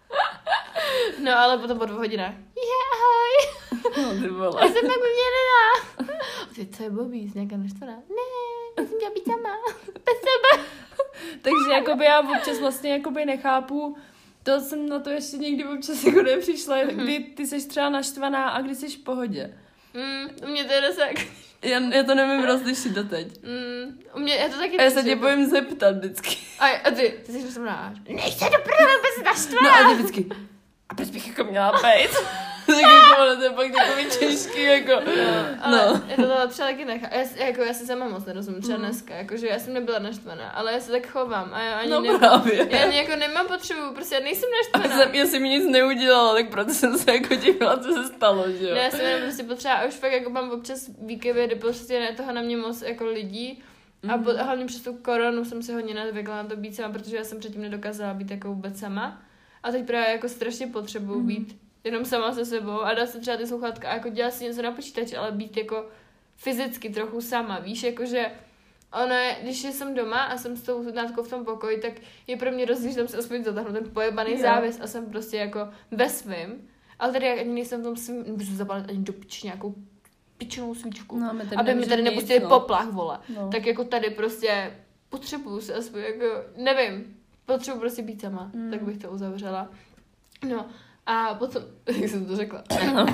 No, ale potom po 2 hodinách. Ahoj. No, ty vole. Já jsem tak umělená. Ty, co je blbý, jsi nějaká naštvaná? Ne, já jsem chtěla být sama. Bez sebe. Takže jakoby já občas vlastně jakoby nechápu, to jsem na to ještě někdy občas jako nepřišla, kdy ty seš třeba naštvaná a kdy seš v pohodě. U mě to je dosak. Já to nevím rozlišit doteď. U mě, já to taky já se tě bojím zeptat vždycky. A ty jsi naštvaná. Nejsi do prdele, bez naštvaná. No a ty vždycky. A proč bych jako měla být? Tak jako, to je pak takový těžký, jako. Ale já to třeba taky nechám. Já si sama moc nerozumím, třeba dneska, jakože já jsem nebyla naštvaná, ale já se tak chovám a já ani právě. Já ani jako nemám potřebu, prostě já nejsem naštvaná. Já jsem mi nic neudělala, tak proto jsem se jako dívala, co se stalo, že jo. Ne, já jsem jenom prostě potřeba, a už fakt jako mám občas výkyvy, kdy prostě ne toho na mě moc jako lidí. A hlavně přes tu koronu jsem se hodně navykla na to být sama, protože já jsem předtím nedokázala být jako vůbec sama. A teď právě jako strašně potřebuji být jenom sama se sebou a dát se třeba ty sluchátka a jako dělat si něco na počítači, ale být jako fyzicky trochu sama, víš, jakože ono je, když jsem doma a jsem s tou Nátkou v tom pokoji, tak je pro mě rozdíl, že tam se aspoň zatáhnu ten pojebaný závěs a jsem prostě jako ve svým, ale tady ani nejsem v tom svým, nemůžu zapalit ani do piči nějakou pičenou svíčku, no, aby mi tady nepustili poplach, vole. No. Tak jako tady prostě potřebuju se aspoň jako, nevím, potřebuji prostě být sama, tak bych to uzavřela. No a potom, jak jsem to řekla,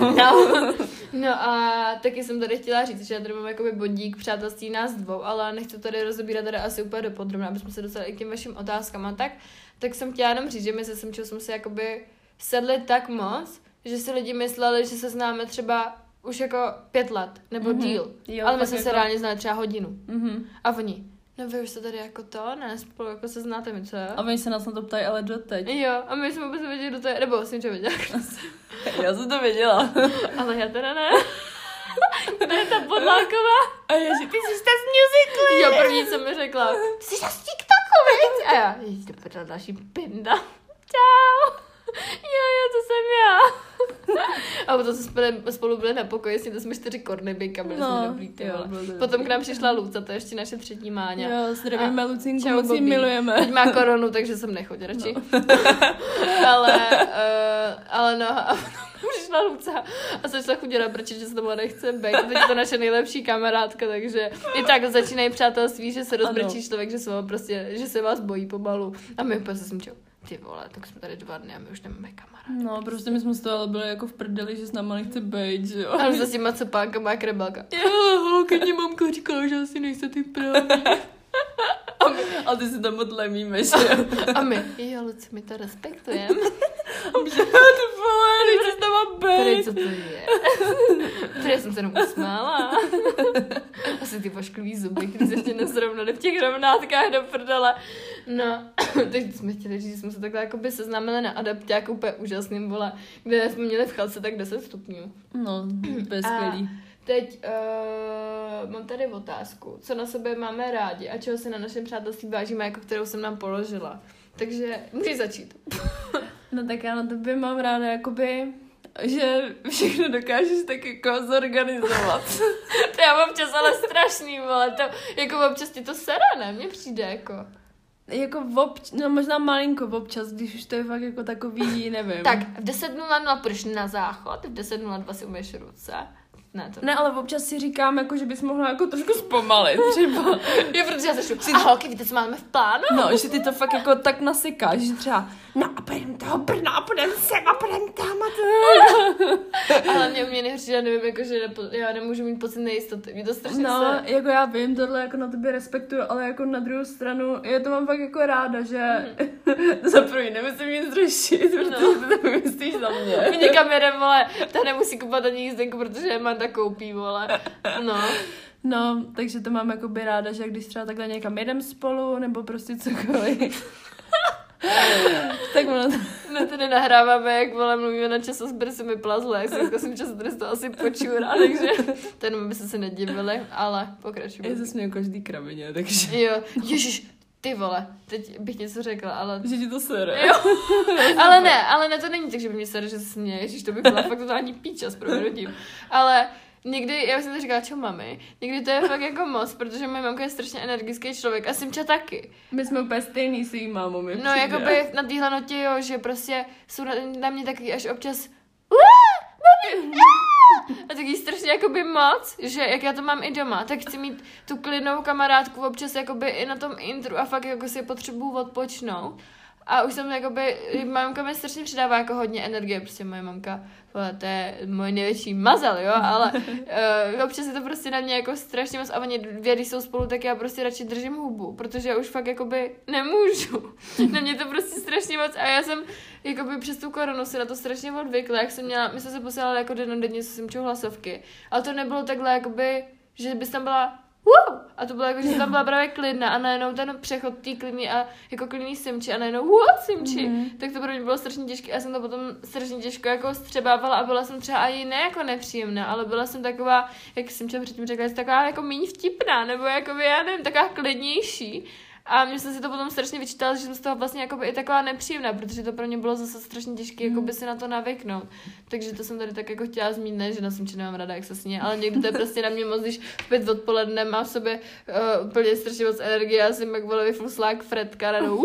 no a taky jsem tady chtěla říct, že já tady mám jakoby bodík přátelství nás dvou, ale nechci tady rozebírat tady asi úplně dopodrobně, aby jsme se dostali i k těm vašim otázkám a tak jsem chtěla jenom říct, že my se Simčou jsme se jakoby sedli tak moc, že si lidi mysleli, že se známe třeba už jako 5 let, nebo díl, jo, ale my jsme se reálně znali třeba hodinu. A oni, no vy už se tady jako to, ne, spolu jako se znáte mi, co? A oni se nás na to ptají, ale doteď. Jo, a my jsme vůbec věděli, kdo to je, nebo jsem věděla. Já jsem to věděla. Ale já teda ne. To je ta Podláková. A já, že ty jsi ta z musically. Jo, první, co mi řekla, ty jsi ta z TikToku, viď? A já, jeď to prdel, další pinda. Čau. Jo, to jsem já. A potom jsme spolu byli na pokoji, to jsme 4 kornebejka, byli jsme dobrý, potom k nám přišla Luca, to je ještě naše 3. Máňa. Jo, zdravíme Lucinku, moc ji milujeme. Teď má koronu, takže jsem nechodí radši. Ale no, a potom přišla Luca a začala chuděla brčet, že se tomu nechce být. Teď je to naše nejlepší kamarádka, takže i tak začínají přátelství, že se rozbrčí člověk, že se vám prostě, že se vás bojí pomalu. A my úplně se Simčou, ty vole, tak jsme tady 2 dny a my už nemáme kamarád. No, prostě my jsme z toho ale byli jako v prdeli, že s náma nechce bejt, že jo. Ale s těma cepánkama jak rebelka. Jo, když mamka říkala, že asi nejste ty pravý. A ty si tam odlemíme, že jo. A my, jo, Luci, my to respektujeme. A my, ty vole, nechci s náma bejt. Co to je? Tady jsem se jenom usmála. Asi ty pošklivý zuby, které se ještě nezrovnaly v těch rovnátkách do prdele. No, takže jsme chtěli říct, že jsme se takhle jakoby seznámili na adapťáku úplně úžasným, vole, kde jsme měli v chalce tak 10 stupňů. No, to je skvělý. Teď mám tady otázku, co na sobě máme rádi a čeho si na našem přátelství vážíme, jako kterou jsem nám položila. Takže můžeš začít. No tak já na tobě mám ráda, jakoby, že všechno dokážeš tak jako zorganizovat. To já mám občas ale strašný, vole, to, jako občas ti to sere, ne? Mně přijde, jako. Jako no možná malinko občas, když už to je fakt jako takový, nevím. Tak, v 10:00 půjdeš na záchod, v 10:02 si umyješ ruce, Ne, to ne, ale občas si říkám, jako, že bys mohla jako trošku zpomalit, třeba. Jo, protože já začnu, a holky, víte, co máme v plánu? No, že ty to fakt jako tak nasykáš, že třeba, no a půjdem toho Brna, a půjdem sem a půjdem tam a to. Ale mě nejhorší, já nevím, jako, že já nemůžu mít pocit nejistoty, mě to strašně no, jako já vím, tohle jako na tebe respektuju, ale jako na druhou stranu, já to mám fakt jako ráda, že za první nemyslím nic řešit, protože ty to myslíš za mě. My někam jedem, vole, ta nemusí kupovat ani jízdenku, protože Amanda koupí, vole. No, takže to mám jakoby ráda, že když třeba takhle někam jedem spolu, nebo prostě cokoliv. Tak ono to... No tady nahráváme, jak vole, mluvíme na čas a zbyr se mi plazle, jak jsem čas to asi počůra, takže to jenom by se nedivili, ale pokračujeme. Já se směju každý krabině, takže... Jo, ježiš, ty vole, teď bych něco řekla, ale... Že ti to sere. Jo, ale ne, to není tak, že by mě sere, že se směje, ježiš, to by byla fakt totální píča s proměnutím, ale... Někdy, já už jsem to říkala, čo mami, někdy to je fakt jako moc, protože moje mamka je strašně energický člověk a Simča taky. My jsme úplně stejný s její mámou, mi no, jakoby na téhle notě, jo, že prostě jsou na mě taky až občas a taky strašně jakoby moc, že jak já to mám i doma, tak chci mít tu klidnou kamarádku občas jakoby i na tom intru a fakt jako si potřebuju odpočnout. A už jsem jakoby, mamka mi strašně přidává jako hodně energie, prostě moje mamka, to je můj největší mazel, jo, ale občas je to prostě na mě jako strašně moc a oni dvě, když jsou spolu, tak já prostě radši držím hubu, protože já už fakt jakoby nemůžu. Na mě to prostě strašně moc a já jsem jakoby přes tu koronu si na to strašně odvykla, jak jsem měla, my jsme se posílali jako dennodenně se Simčou hlasovky, ale to nebylo takhle jakoby, že bys tam byla a to bylo jako, že tam byla právě klidná a najednou ten přechod tý klidný a jako klidný Simči a najednou Simči, tak to pro mě bylo strašně těžké a já jsem to potom strašně těžko jako střebávala a byla jsem třeba ani ne jako nepříjemná, ale byla jsem taková, jak Simča předtím řekla, taková jako méně vtipná, nebo jako já nevím, taková klidnější. A mě jsem si to potom strašně vyčítala, že jsem z toho vlastně jakoby i taková nepříjemná, protože to pro mě bylo zase strašně těžké jakoby si na to navyknout. Takže to jsem tady tak jako chtěla zmínit, ne, že na Simči nemám ráda, jak se směje, ale někdy to je prostě na mě moc, když v 5 odpoledne má v sobě úplně strašně moc energie a jsem jak vole vyfluslák Fredka, najednou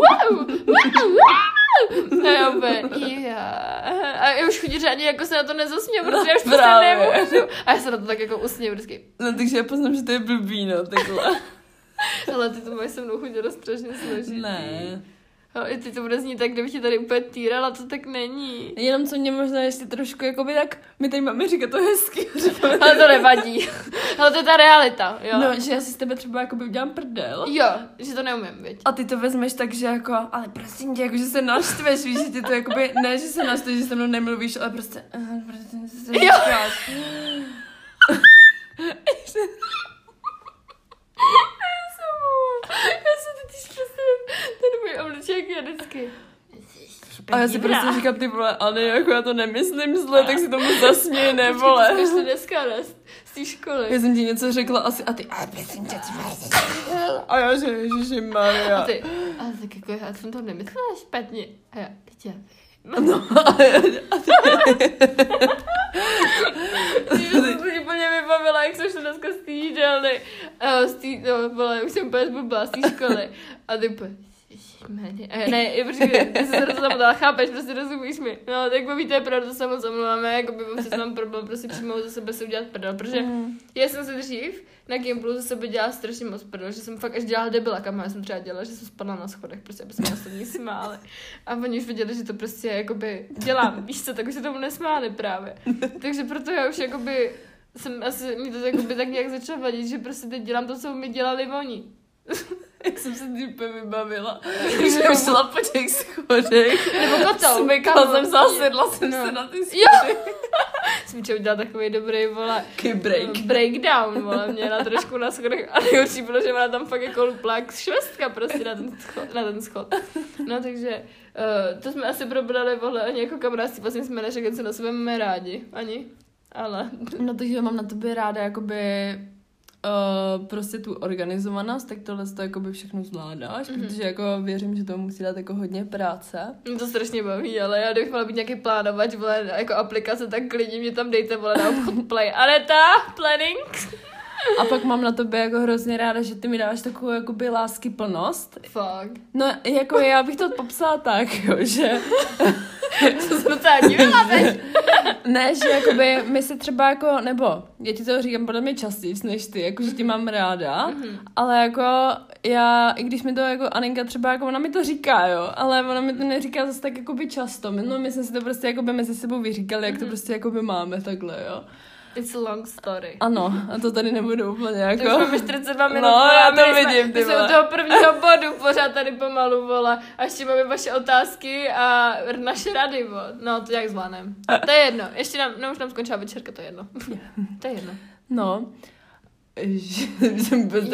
a já úplně, a já už chudí řádně jako se na to nezasměju, protože já už prostě nemůžu. A já se na to tak jako usměju vždycky. No takže já poznám, že to je blbý, no, takhle. Ale ty to máš se mnou chodila strašně složitý. Ne. I ty to bude znít tak, kdybych tě tady úplně týrala, to tak není. Jenom co mě možná ještě trošku, jakoby tak, my tady máme říkat to hezky. Ale to nevadí. Ale to je ta realita, jo. No, že já si s tebe třeba jakoby udělám prdel. Jo, že to neumím, viď. A ty to vezmeš tak, že jako, ale prosím tě, jako, že se naštveš, víš, že ty to jakoby, ne, že se naštveš, že se mnou nemluvíš, ale prostě se říkáš. Já se totiž představím ten můj obličej jak vždycky. A já si prostě říkám, ty vole, ale jako já to nemyslím zle, tak si tomu zasměj, ne, vole. Počkej, ty jsi dneska z té školy. Já jsem ti něco řekla asi a ty, a prosím tě, a já, že ježišimaria. A ty, ale tak jako já jsem to nemyslela špatně. A já, teď já no, Když jsem to úplně vybavila, jak jsem šla dneska z té jídelny. Už jsem úplně zblbla z té školy. A ty úplně, ne, protože ty se to zamotala, chápeš, prostě rozumíš mi. No, tak baví, to je pravda, to se moc omlouváme, jakoby občas mám problém prostě přijmout za sebe si udělat prdel, protože já jsem se dřív na Gimplu za sebe dělala strašně moc prdel, že jsem fakt až dělala debila, kam já jsem třeba dělala, že jsem spadla na schodech, prostě aby se mě ostatní smáli. A oni už viděli, že to prostě jakoby dělám, víš co, tak už se tomu nesmáli právě. Takže proto já už jakoby jsem asi, mi to jakoby tak nějak začala vadit, že prostě teď dělám to, co mi dělali oni. Jak jsem se úplně vybavila, když jsem šla po těch schodech. Nebo kotou. Smykala jsem se a sedla jsem se na ty schody. Jsem chtěla udělat takový dobrý, vole, breakdown, vole, měla trošku na schodech a nejhorší bylo, že ona tam fakt jako lupla jak švestka prostě na ten schod. No takže to jsme asi probrali, vole, ani jako kamarádství, vlastně jsme neřekli, co na sebe máme rádi, ani, ale. No takže mám na tobě ráda, jakoby prostě tu organizovanost, tak tohle to jakoby všechno zvládáš, protože jako věřím, že to musí dát jako hodně práce. Mě to strašně baví, ale já kdybych měla být nějaký plánovač, vole, jako aplikace, tak klidně mě tam dejte, vole, na obchod Play. Aneta, planning. A pak mám na tobě jako hrozně ráda, že ty mi dáváš takovou jakoby láskyplnost. Fakt. No jako já bych to popsala tak, jo, že... Co se docela divila teď? Ne, že jakoby my se třeba jako, nebo já ti to říkám podle mě častěji než ty, jako že tě mám ráda, ale jako já, i když mi to jako Aninka třeba, jako ona mi to říká, jo, ale ona mi to neříká zase tak jakoby často, no my jsme si to prostě jakoby mezi sebou vyříkali, jak to prostě jakoby máme takhle, jo. It's a long story. Ano, a to tady nebudu úplně jako... To už máme 42 minut. No, já to vidím, ty vole. My jsme u toho prvního bodu pořád tady pomalu, vole. A ještě máme vaše otázky a naše rady, vole. No, to jak zvládneme. To je jedno. Ještě už nám skončila večerka, to je jedno. To je jedno. No. Jsem vůbec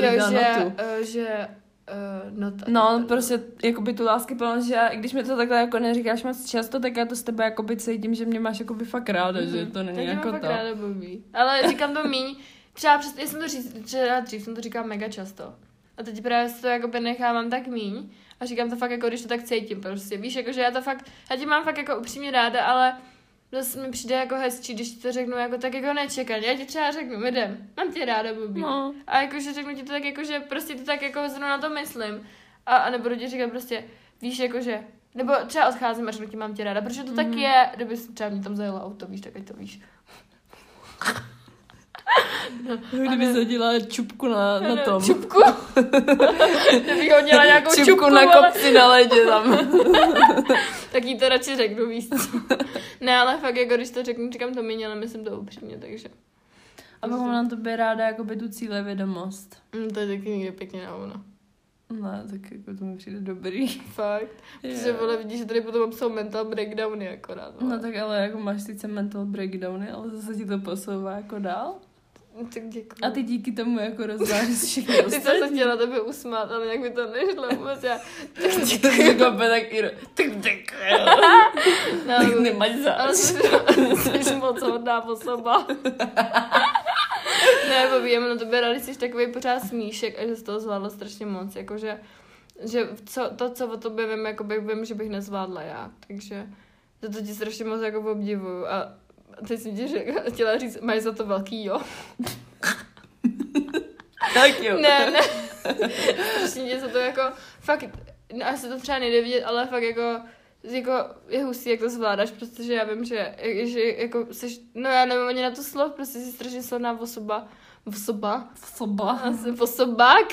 no, prostě jakoby tu lásky plnost, že když mi to takhle jako neříkáš moc často, tak já to s tebe jakoby cítím, že mě máš jakoby fakt ráda, že to není jako to. Tak fakt ráda, Bobby. Ale říkám to míň, třeba přesto, já jsem to dřív jsem to říkala mega často. A teď právě si to jakoby nechávám tak míň a říkám to fakt jako, když to tak cítím prostě, víš, jakože já tě mám fakt jako upřímně ráda, ale zase mi přijde jako hezčí, když ti to řeknu jako tak jako nečekaně. Já ti třeba řeknu, jdem, mám tě ráda, Bobby. No. A jakože řeknu ti to tak jako, že prostě to tak jako zrovna na to myslím. A nebudu ti říkat prostě, víš, jakože, nebo třeba odcházím a řeknu ti, mám tě ráda, protože to tak je, kdyby třeba mě tam zajela auto, víš, tak ať to víš. No, kdyby zadila čupku na tom. Čupku? Kdybych hodila nějakou čupku na kopci na ledě tam. Tak jí to radši řeknu, víc. Ne, ale fakt, jako když to řeknu, říkám to méně, ale myslím to upřímně, takže. A pak mám na tobě ráda jakoby tu cílevědomost. To je taky někde pěkně na ono. Ne, tak jako to mi přijde dobrý. Fakt. Protože vole, vidíš, že tady potom jsou mental breakdowny akorát. No tak ale jako máš sice mental breakdowny, ale zase ti to posouvá jako dál. Tak děkuji. A ty díky tomu jako rozdáš všechny ostatní. Ty jsem se chtěla tebe usmát, ale nějak by to nešlo vůbec. Já tak děkuji. Tak děkuji. No, tak nemáš záč. Ale jsi moc hodná osoba. Ne, Bobby, já mám na tebe rád, jsi takový pořád smíšek a že jsi toho zvládla strašně moc. Jakože, že co o tobě vím, jakoby vím, že bych nezvládla já. Takže to ti strašně moc jako obdivuju. A teď jsem ti chtěla říct, máš za to velký jo. Tak jo. Ne. Strašně tě za to jako, fakt, asi to třeba nejde vidět, ale fakt jako je hustý, jak to zvládáš, protože já vím, že jako jsi, no já nevím ani na to slov, prostě jsi strašně silná osoba. Asi osobák.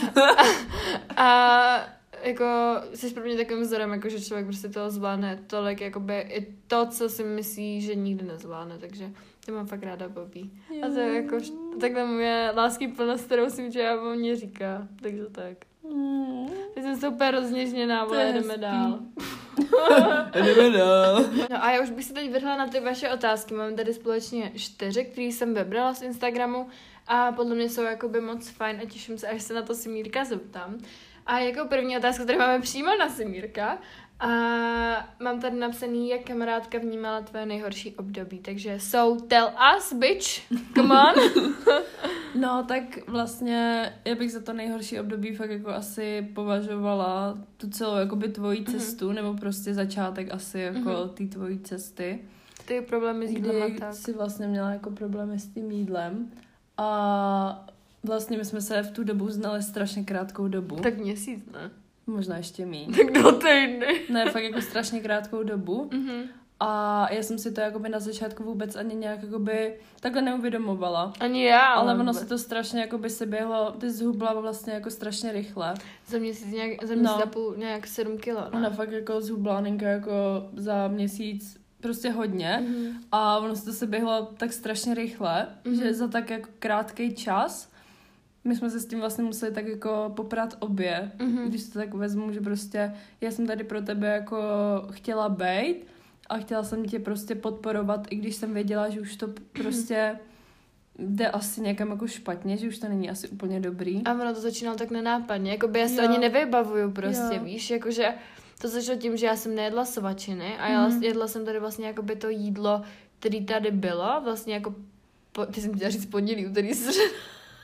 a jako jsi pro mě takovým vzorem, jako že člověk prostě toho zvládne tolik, jakoby i to, co si myslí, že nikdy nezvládne, takže to mám fakt ráda, Bobby. A to je jako takhle moje láskyplnost, kterou si že o mě říká, takže tak. Teď jsem super rozněžněná, ale jdeme dál. Jdeme dál. No a já už bych se teď vrhla na ty vaše otázky. Mám tady společně 4, které jsem vybrala z Instagramu a podle mě jsou jakoby moc fajn a těším se, až se na to Simírka zeptám. A jako první otázku tady máme přímo na Simírka. A mám tady napsaný, jak kamarádka vnímala tvoje nejhorší období. Takže tell us, bitch. Come on. No, tak vlastně já bych za to nejhorší období fakt jako asi považovala tu celou jakoby tvojí cestu, nebo prostě začátek asi jako té tvojí cesty. Ty problémy s jídlem a tak. Jsi vlastně měla jako problémy s tím jídlem. A vlastně my jsme se v tu dobu znali strašně krátkou dobu. Tak měsíc, ne? Možná ještě míň. Tak 2 týdny. Ne, fakt jako strašně krátkou dobu. A já jsem si to jakoby na začátku vůbec ani nějak jakoby takhle neuvědomovala. Ani já. Ale ono se to strašně jakoby se běhlo, ty zhubla vlastně jako strašně rychle. Za měsíc a půl nějak 7 kilo, ne? Ona fakt jako zhubla Ninka jako za měsíc prostě hodně. A ono se to se běhlo tak strašně rychle, že za tak jako krátký čas my jsme se s tím vlastně museli tak jako poprat obě, když to tak vezmu, že prostě já jsem tady pro tebe jako chtěla bejt a chtěla jsem tě prostě podporovat, i když jsem věděla, že už to prostě jde asi někam jako špatně, že už to není asi úplně dobrý. A ono to začínalo tak nenápadně, jako by já se ani nevybavuju prostě, víš, jakože to začalo tím, že já jsem nejedla svačiny a jedla jsem tady vlastně jako by to jídlo, který tady bylo, vlastně jako, ty jsem chtěla říct pondělí, úterý, středa.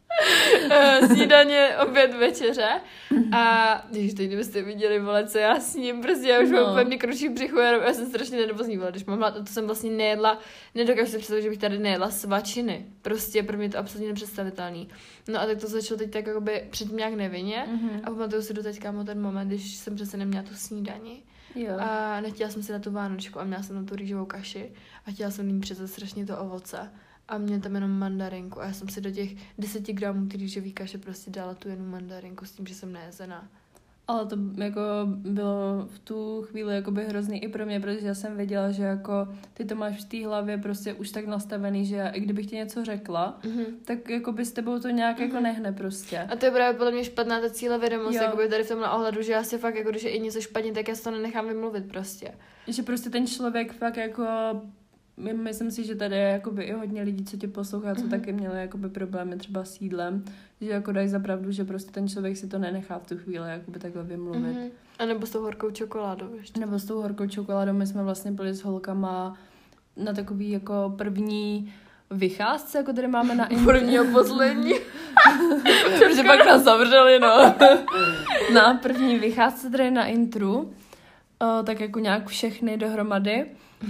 Snídaně, oběd, večeře. A když teď kdybyste viděli, vole, co já s ním, prostě já už mám úplně kručí břichu, já jsem strašně nervózní, vole, když mám hlad, to jsem vlastně nejedla, nedokážu si představit, že bych tady nejedla svačiny. Prostě pro mě to absolutně nepředstavitelný. No a tak to začalo teď tak jakoby předtím nějak nevinně a pamatuju si do teď, kámo, ten moment, když jsem přece neměla tu snídani. Jo. A nechtěla jsem si na tu vánočku a měla jsem na tu rýžovou kaši a chtěla jsem jim přece strašně to ovoce. A mě tam jenom mandarinku a já jsem si do těch 10 gramů ty rýžový kaše prostě dala tu jednu mandarinku s tím, že jsem nejezená. Ale to jako bylo v tu chvíli jakoby hrozný i pro mě, protože já jsem věděla, že jako ty to máš v té hlavě prostě už tak nastavený, že i kdybych ti něco řekla, tak jakoby s tebou to nějak jako nehne prostě. A to je právě podle mě špatná ta cílevědomost, jakoby tady v tomhle ohledu, že já si fakt jako, když je i něco špatně, tak já si to nenechám vymluvit prostě. Že prostě ten člověk fakt jako... Myslím si, že tady je jakoby i hodně lidí, co tě poslouchá, co taky měli jakoby problémy třeba s jídlem, že jako dají za pravdu, že prostě ten člověk si to nenechá v tu chvíli jakoby takhle vymluvit. A nebo s tou horkou čokoládou ještě. Nebo s tou horkou čokoládou, my jsme vlastně byli s holkama na takový jako první vycházce, jako tady máme na Intru. První a poslední. Protože pak nás zavřeli, no. Na první vycházce tady na Intru, tak jako nějak všechny dohromady.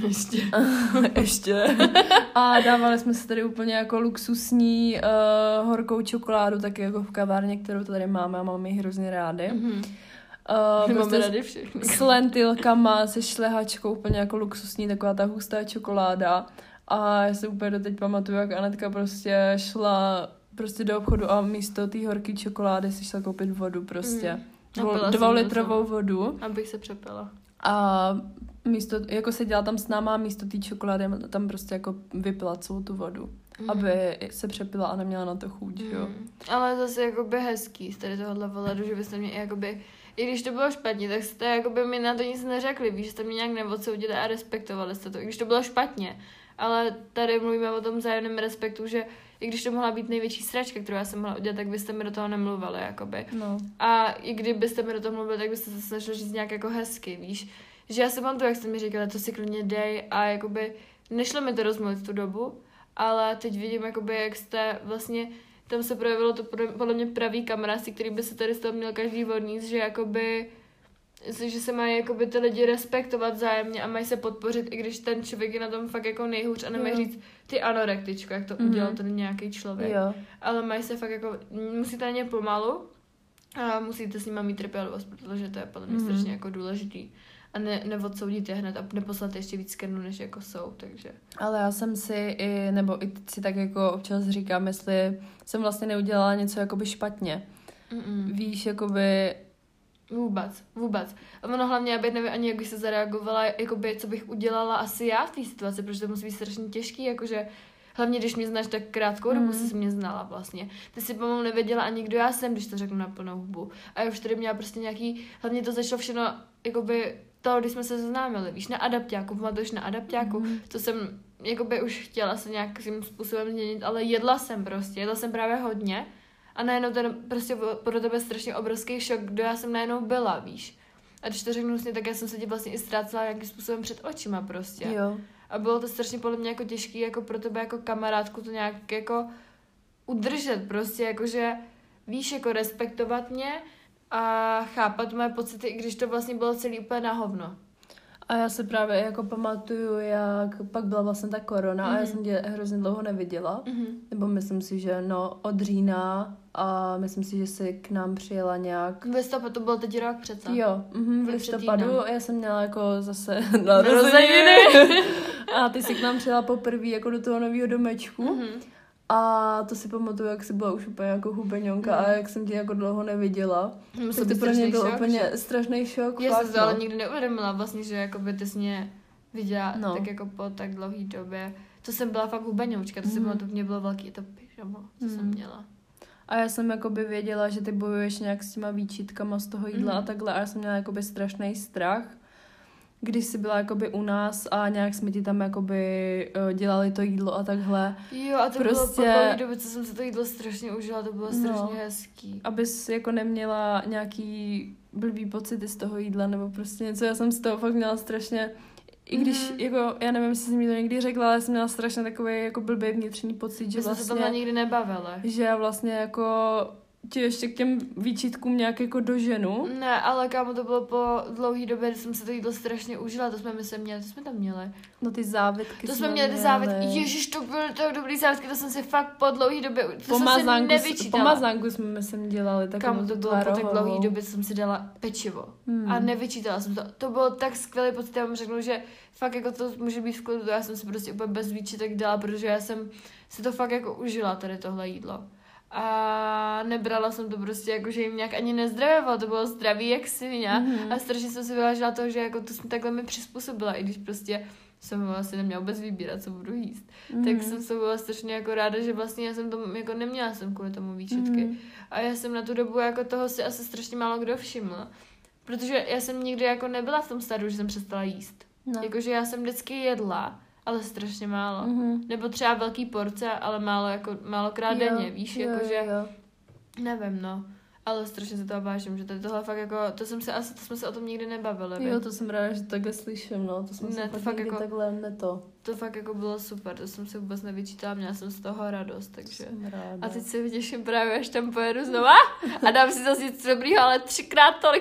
Ještě. A dávali jsme si tady úplně jako luxusní horkou čokoládu, taky jako v kavárně, kterou tady máme a máme ji hrozně rádi. Máme rádi všechny. S lentilkama, se šlehačkou, úplně jako luxusní, taková ta hustá čokoláda. A já si úplně doteď pamatuju, jak Anetka prostě šla prostě do obchodu a místo té horké čokolády si šla koupit vodu prostě. 2litrovou vodu. Abych se přepila. A místo, jako seděla tam s náma a místo té čokolády tam prostě jako vypila celou tu vodu, aby se přepila a neměla na to chuť, jo. Ale zase jakoby hezký z tady tohohle pohledu, že byste mě jakoby, i když to bylo špatně, tak jste jakoby mi na to nic neřekli, víš, že jste mě nějak neodsoudili a respektovali jste to, i když to bylo špatně. Ale tady mluvíme o tom vzájemném respektu, že i když to mohla být největší sračka, kterou já jsem mohla udělat, tak byste mi do toho nemluvili, jakoby. No. A i kdybyste mi do toho mluvili, tak byste se snažili říct nějak jako hezky, víš. Že já si pamatuju, jak jste mi říkala, to si klidně dej a jakoby nešlo mi to rozmluvit v tu dobu, ale teď vidím, jakoby, jak jste vlastně, tam se projevilo to podle mě pravý kamarádství, který by se tady z toho měl každý vodníc, že jakoby, že se mají jakoby ty lidi respektovat vzájemně a mají se podpořit, i když ten člověk je na tom fakt jako nejhůř a nemají říct ty anorektičko, jak to udělal ten nějaký člověk. Jo. Ale mají se fakt jako, musíte na ně pomalu a musíte s nima mít trpělivost, protože to je podle mě strašně jako důležitý. A neodsoudit je hned a neposlat ještě víc skenů, než jako jsou, takže. Ale já jsem si nebo i si tak jako občas říkám, jestli jsem vlastně neudělala něco jakoby špatně. Víš, jakoby... Vůbec. A ono hlavně, já bych nevím ani, jak bych se zareagovala, jakoby, co bych udělala asi já v té situaci, protože to musí být strašně těžký, jakože hlavně, když mě znáš tak krátkou dobu, jsi mě znala vlastně. Ty si pomalu nevěděla ani kdo já jsem, když to řeknu na plnou hubu. A já už tady měla prostě nějaký, hlavně to začalo všechno, jakoby to, když jsme se seznámili, víš, na adapťáku, pamatuješ na adapťáku, to jsem jakoby už chtěla se nějakým způsobem změnit, ale jedla jsem právě hodně a najednou ten prostě pro tebe strašně obrovský šok, kdo já jsem najednou byla, víš. A když to řeknu vlastně, tak já jsem se ti vlastně i ztrácela nějakým způsobem před očima prostě. Jo. A bylo to strašně podle mě jako těžký, jako pro tebe jako kamarádku to nějak jako udržet prostě, jakože víš, jako respektovat mě a chápat moje pocity, i když to vlastně bylo celý úplně na hovno. A já se právě jako pamatuju, jak pak byla vlastně ta korona a já jsem tě hrozně dlouho neviděla. Nebo myslím si, že od října a myslím si, že jsi k nám přijela nějak... V listopadu, to byl teď rok přece. Jo, v listopadu já jsem měla jako zase narozeniny. A ty jsi k nám přijela poprvé jako do toho nového domečku. A to si pamatuju, jak jsi byla už úplně jako hubeňonka a jak jsem tě jako dlouho neviděla. Tak to pro mě byl úplně strašný šok. Já jsem to ale nikdy neuvědomila vlastně, že jako by ty jsi mě viděla tak jako po tak dlouhý době. To jsem byla fakt hubeňoučka, to si pamatuju, mě bylo velký to pyžamo, co jsem měla. A já jsem jakoby věděla, že ty bojuješ nějak s těma výčitkama z toho jídla a takhle a já jsem měla jakoby strašný strach, když jsi byla jakoby u nás a nějak jsme ti tam jakoby dělali to jídlo a takhle. Jo, a to prostě... bylo po dlouhé době, co jsem se to jídlo strašně užila, to bylo strašně hezký. Abys jako neměla nějaký blbý pocity z toho jídla nebo prostě něco, já jsem z toho fakt měla strašně i když, jako, já nevím, jestli jsem mi to někdy řekla, ale jsem měla strašně takový jako blbý vnitřní pocit, že vlastně... se to nikdy nebavila. Že já vlastně jako ti ještě k těm výčitkům nějak jako doženu. Ne, ale kámo, to bylo po dlouhý době, kdy jsem se to jídlo strašně užila, to jsme tam měli. No ty závětky to jsme měli. Ty závětky, ježiš, to byly tak dobrý závětky, to jsem si fakt po dlouhý době, to jsem si nevyčítala. Pomazánku jsme sem dělali, tak kámo, to bylo po tak dlouhý době, jsem si dala pečivo a nevyčítala jsem to. To bylo tak skvělý pocit, já vám řeknu, že fakt jako to může být v klidu, já jsem si prostě úplně bez výčitek dala, protože já jsem si to fakt jako užila, tady tohle jídlo. A nebrala jsem to prostě jako, že jim nějak ani nezdravovalo, to bylo zdraví jak svině a strašně jsem si vyvážila toho, že jako to jsem takhle mi přizpůsobila, i když prostě jsem vlastně neměla vůbec vybírat, co budu jíst. Tak jsem se byla strašně jako ráda, že vlastně já jsem to jako neměla jsem kvůli tomu výčitky. A já jsem na tu dobu jako toho si asi strašně málo kdo všiml. Protože já jsem nikdy jako nebyla v tom stadu, že jsem přestala jíst. No. Jakože já jsem vždycky jedla, ale strašně málo. Nebo třeba velký porce, ale málokrát denně, víš, jakože nevím, no. Ale strašně se toho vážím, že tady tohle fakt jako, to jsme se o tom nikdy nebavili. Jo, to jsem ráda, že takhle slyším, no. To jsme se fakt jako, takhle neto. To fakt jako bylo super, to jsem si vůbec nevyčítala, měla jsem z toho radost, takže. A teď se vytěším právě, až tam pojedu znova a dám si zase něco dobrýho, ale 3x tolik.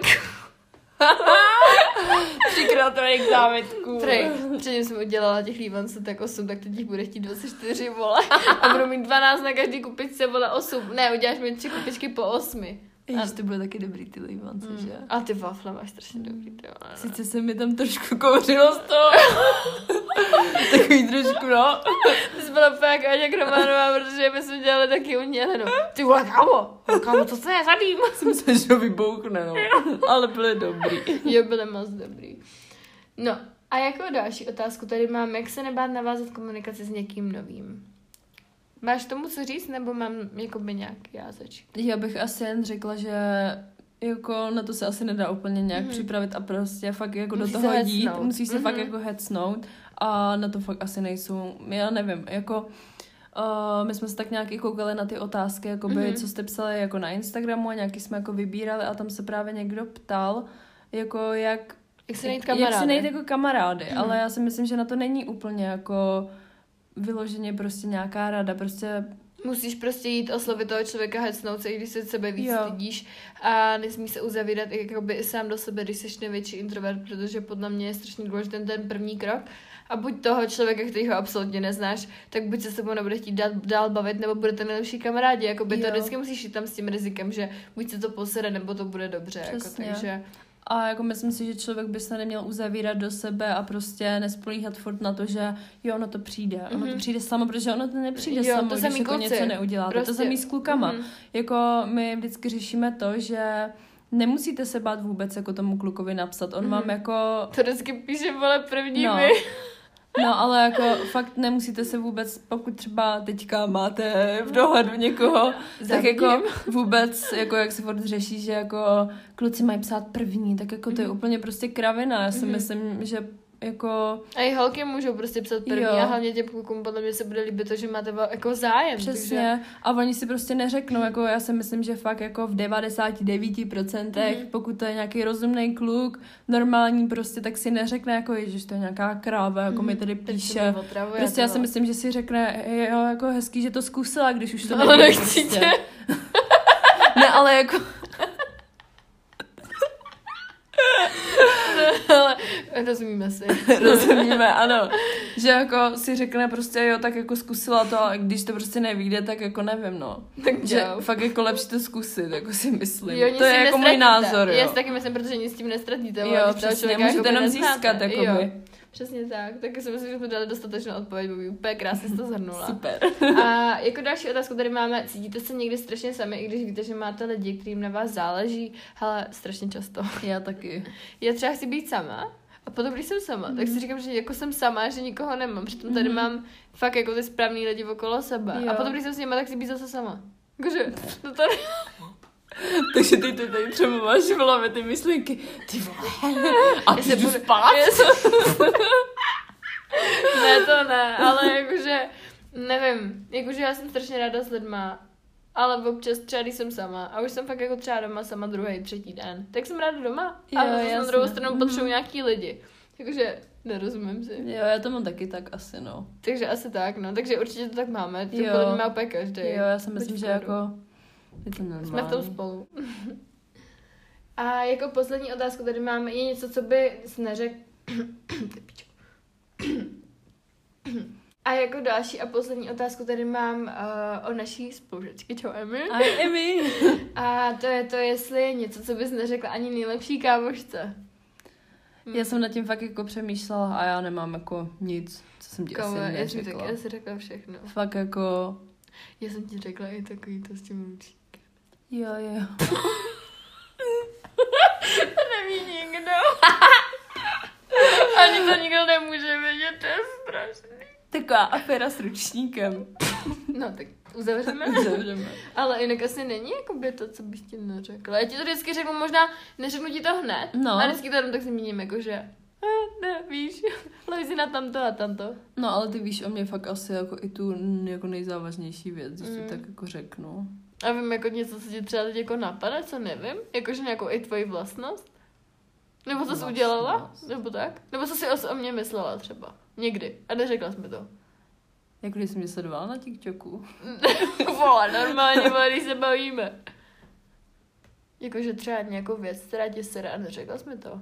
3x tolik závitků. Předtím jsem udělala těch líbanců tak 8, tak teď jich bude chtít 24, vole. A budu mít 12 na každý kupičce, vole 8. Ne, uděláš mi 3 kupičky po 8. Ježiš, to bude taky dobrý ty líbance, že? A ty wafle máš strašně dobrý, ty vole. Sice se mi tam trošku kouřilo z toho. Takový trošku, no. Ty jsi byla úplně jak Aňa Krománová, protože my jsme dělali taky uměle, no. Ty vole, kámo, to se je zadým. Jsem se, že ho vybouchne, no. Ale byly dobrý. Jo, byly moc dobrý. No, a jako další otázku tady mám, jak se nebát navázat komunikaci s někým novým? Máš tomu co říct, nebo mám jakoby nějaký jázeč? Já bych asi jen řekla, že jako na to se asi nedá úplně nějak připravit a prostě fakt jako musíš do toho jít. Musíš se fakt jako hecnout a na to fakt asi nejsou, já nevím, jako my jsme se tak nějak i koukali na ty otázky, jakoby, co jste psali jako na Instagramu a nějaký jsme jako vybírali a tam se právě někdo ptal, jako jak se najít kamarády. Jak se najít jako kamarády, ale já si myslím, že na to není úplně jako vyloženě prostě nějaká rada, prostě musíš prostě jít oslovit toho člověka, hecnout se, i když se sebe víc stydíš a nesmí se uzavírat jakoby sám do sebe, když jsi největší introvert, protože podle mě je strašně důležitý ten první krok a buď toho člověka, který ho absolutně neznáš, tak buď se s tebou nebude chtít dál bavit, nebo bude ten nejlepší kamarádi, jakoby to vždycky musíš jít tam s tím rizikem, že buď se to posede, nebo to bude dobře, jako, takže... A jako myslím si, že člověk by se neměl uzavírat do sebe a prostě nespolíhat furt na to, že jo, ono to přijde. Ono to přijde samo, protože ono to nepřijde samo, když jako něco neuděláte. Prostě. To samý s klukama. Jako my vždycky řešíme to, že nemusíte se bát vůbec jako tomu klukovi napsat. On vám jako... To vždycky píše, vole, první No, ale jako fakt nemusíte se vůbec, pokud třeba teďka máte v dohledu někoho, tak jako vůbec, jako jak se furt řeší, že jako kluci mají psát první, tak jako to je úplně prostě kravina. Já si myslím, že jako... A i holky můžou prostě psat první a hlavně těm klukům podle mě se bude líbit to, že máte jako zájem. Přesně. Takže... A oni si prostě neřeknou, jako já si myslím, že fakt jako v 99%, pokud to je nějaký rozumný kluk, normální prostě, tak si neřekne jako ježiš, to je nějaká kráva, jako mi tady píše. Prostě já si myslím, že si řekne, jo, jako hezký, že to zkusila, když už to ale nechcíte. Prostě. Ne, ale jako... Ale rozumíme si. Rozumíme, ano. Že jako si řekne prostě jo, tak jako zkusila to, a když to prostě nevyjde, tak jako nevím, no. Tak že fakt jako lepší to zkusit, jako si myslím. Jo, to je jako můj názor, jo. Já si taky myslím, protože nic s tím nestratíte. Jo, přesně, můžete jenom získat, jakoby. Přesně tak. Tak si myslím, že jsme dali dostatečnou odpověď, bo úplně krásně jsi to zhrnula. Super. A jako další otázku tady máme, cítíte se někdy strašně sami, i když víte, že máte lidi, kterým na vás záleží, ale strašně často. Já taky. Já třeba chci být sama a potom, když jsem sama, tak si říkám, že jako jsem sama, že nikoho nemám. Přitom tady mám fakt jako ty správný lidi okolo sebe. Jo. A potom, když jsem s nimi, tak chci být zase sama. Jakože, to tady... Takže ty tady třeba máš v hlavě ty myšlenky. Ty vole, a ty jdu spát? Ne, to ne, ale jakože, nevím, jakože já jsem strašně ráda s lidma, ale občas třeba, když jsem sama a už jsem fakt jako třeba doma sama druhý, třetí den, tak jsem ráda doma, ale na druhou stranu potřebuji nějaký lidi. Jakože nerozumím si. Jo, já to mám taky tak asi, no. Takže asi tak, no. Takže určitě to tak máme. To podle mě má úplně každý. Jo, já si myslím, že jako je to normální. Jsme v tom spolu. A jako poslední otázku tady máme, je něco, co by jsi neřekl... A jako další a poslední otázku tady mám o naší spolužačky. Čau, Emi. Ahoj, Emi. A to je to, jestli je něco, co bys neřekla ani nejlepší kámošce. Já jsem nad tím fakt jako přemýšlela a já nemám jako nic, co jsem ti asi neřekla. Já si řekla všechno. Fakt jako... Já jsem ti řekla i takový to s tím ručíkem. Jo. To neví nikdo. Ani to nikdo nemůže vědět, to je strašný. Taková aféra s ručníkem. No tak uzavřeme. Ale jinak asi není jakoby to, co bych ti neřekla. Já ti to vždycky řeknu, možná neřeknu ti to hned. No. A vždycky to jenom tak si míním, jakože ne, víš, leží na tamto a tamto. No ale ty víš o mě fakt asi jako i tu jako nejzávažnější věc, když ti tak jako řeknu. A vím jako něco, co ti třeba teď jako napadá, co nevím? Jakože nějakou i tvoji vlastnost? Nebo co jsi udělala? Nebo tak? Nebo co jsi o mě myslela třeba? Někdy. A neřekla jsi mi to. Jako když jsi mě sledovala na TikToku. Vole, normálně, když se bavíme. Jakože třeba nějakou věc, která tě sere a neřekla jsi mi to.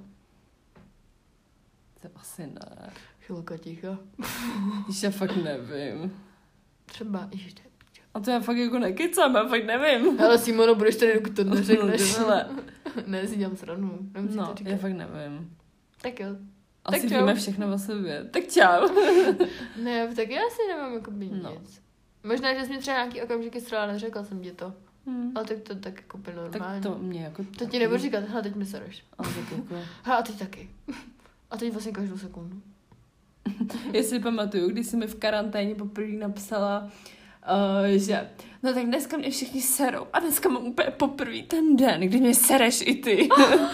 To asi ne. Chvilka ticha. Když já fakt nevím. Třeba, ještě. A to já fakt jako nekecám, já fakt nevím. Ale Simono, budeš tady, dokud to neřekneš. Ne, si dělám sranu. No, já fakt nevím. Tak jo. Asi tak víme všechno o sobě. Tak čau. Ne, tak já asi nemám jako nic. No. Možná, že jsi mi třeba nějaký okamžiky strala, neřekla jsem ti to. Ale tak to tak jako úplně normálně. Tak to mě jako to ti nebudu říkat, hele, teď mi sereš. Ale tak jako... Hele, a teď taky. A teď vlastně každou sekundu. Já si pamatuju, když jsi mi v karanténě poprvé napsala, že no tak dneska mě všichni serou a dneska mám úplně poprvé ten den, kdy mě sereš i ty.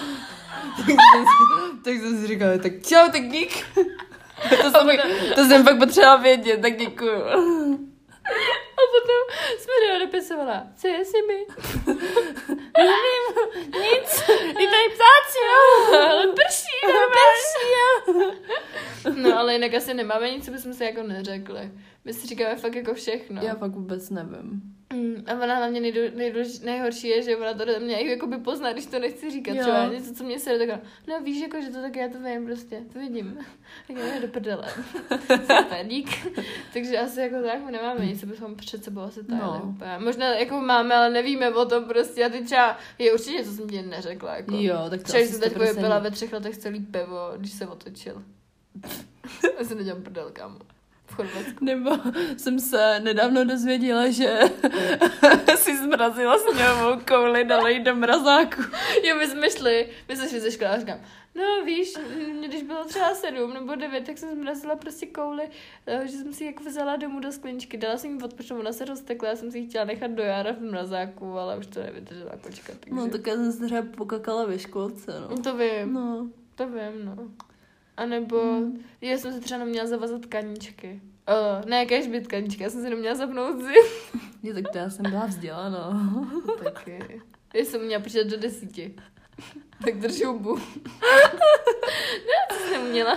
Tak jsem si říkala, tak čau, tak dík. To jsem fakt potřebovala vědět, tak děkuju. A potom jsme dopisovala, co je si mi? Nevím, nic, je tady ptáci, jo. Ale prší, jo. No ale jinak asi nemáme nic, co bychom si jako neřekli. My si říkáme fakt jako všechno. Já fakt vůbec nevím. A ona hlavně nejhorší je, že ona to do mě jakoby pozná, když to nechci říkat. Jo. Třeba něco, co mě se taková, no víš, jako, že to tak já to vím prostě, to vidím. Tak já do prdele. Super, dík. Takže asi jako tak, my nemáme nic, co bychom před sebou asi tajili. No. Možná jako máme, ale nevíme o tom prostě. A ty třeba, je určitě něco, co jsem ti neřekla. Jako. Jo, tak to třeba, asi jsem teď vypila ve 3 letech celý pivo, když se otočil. Já si nedělám prdel, kámo. Nebo jsem se nedávno dozvěděla, že si zmrazila sněhovou kouli, dala jí do mrazáku. Jo, my šli ze školy a říkám, no víš, když bylo třeba 7 nebo 9, tak jsem zmrazila prostě kouli, že jsem si ji jako vzala domů do skleničky, dala jsem ji odpočnout, ona se roztekla, já jsem si ji chtěla nechat do jára v mrazáku, ale už to nevydržela kočka. Takže... No tak já jsem se třeba pokakala ve školce, no. To vím, no. A nebo já jsem se třeba neměla zavazat kaníčky. Ne, kéž být kaníčky, já jsem si neměla zapnout zim. Jo, tak to já jsem byla vzdělaná. Taky. Já jsem měla počítat do 10. Tak drž hubu. Ne, co jsi neměla?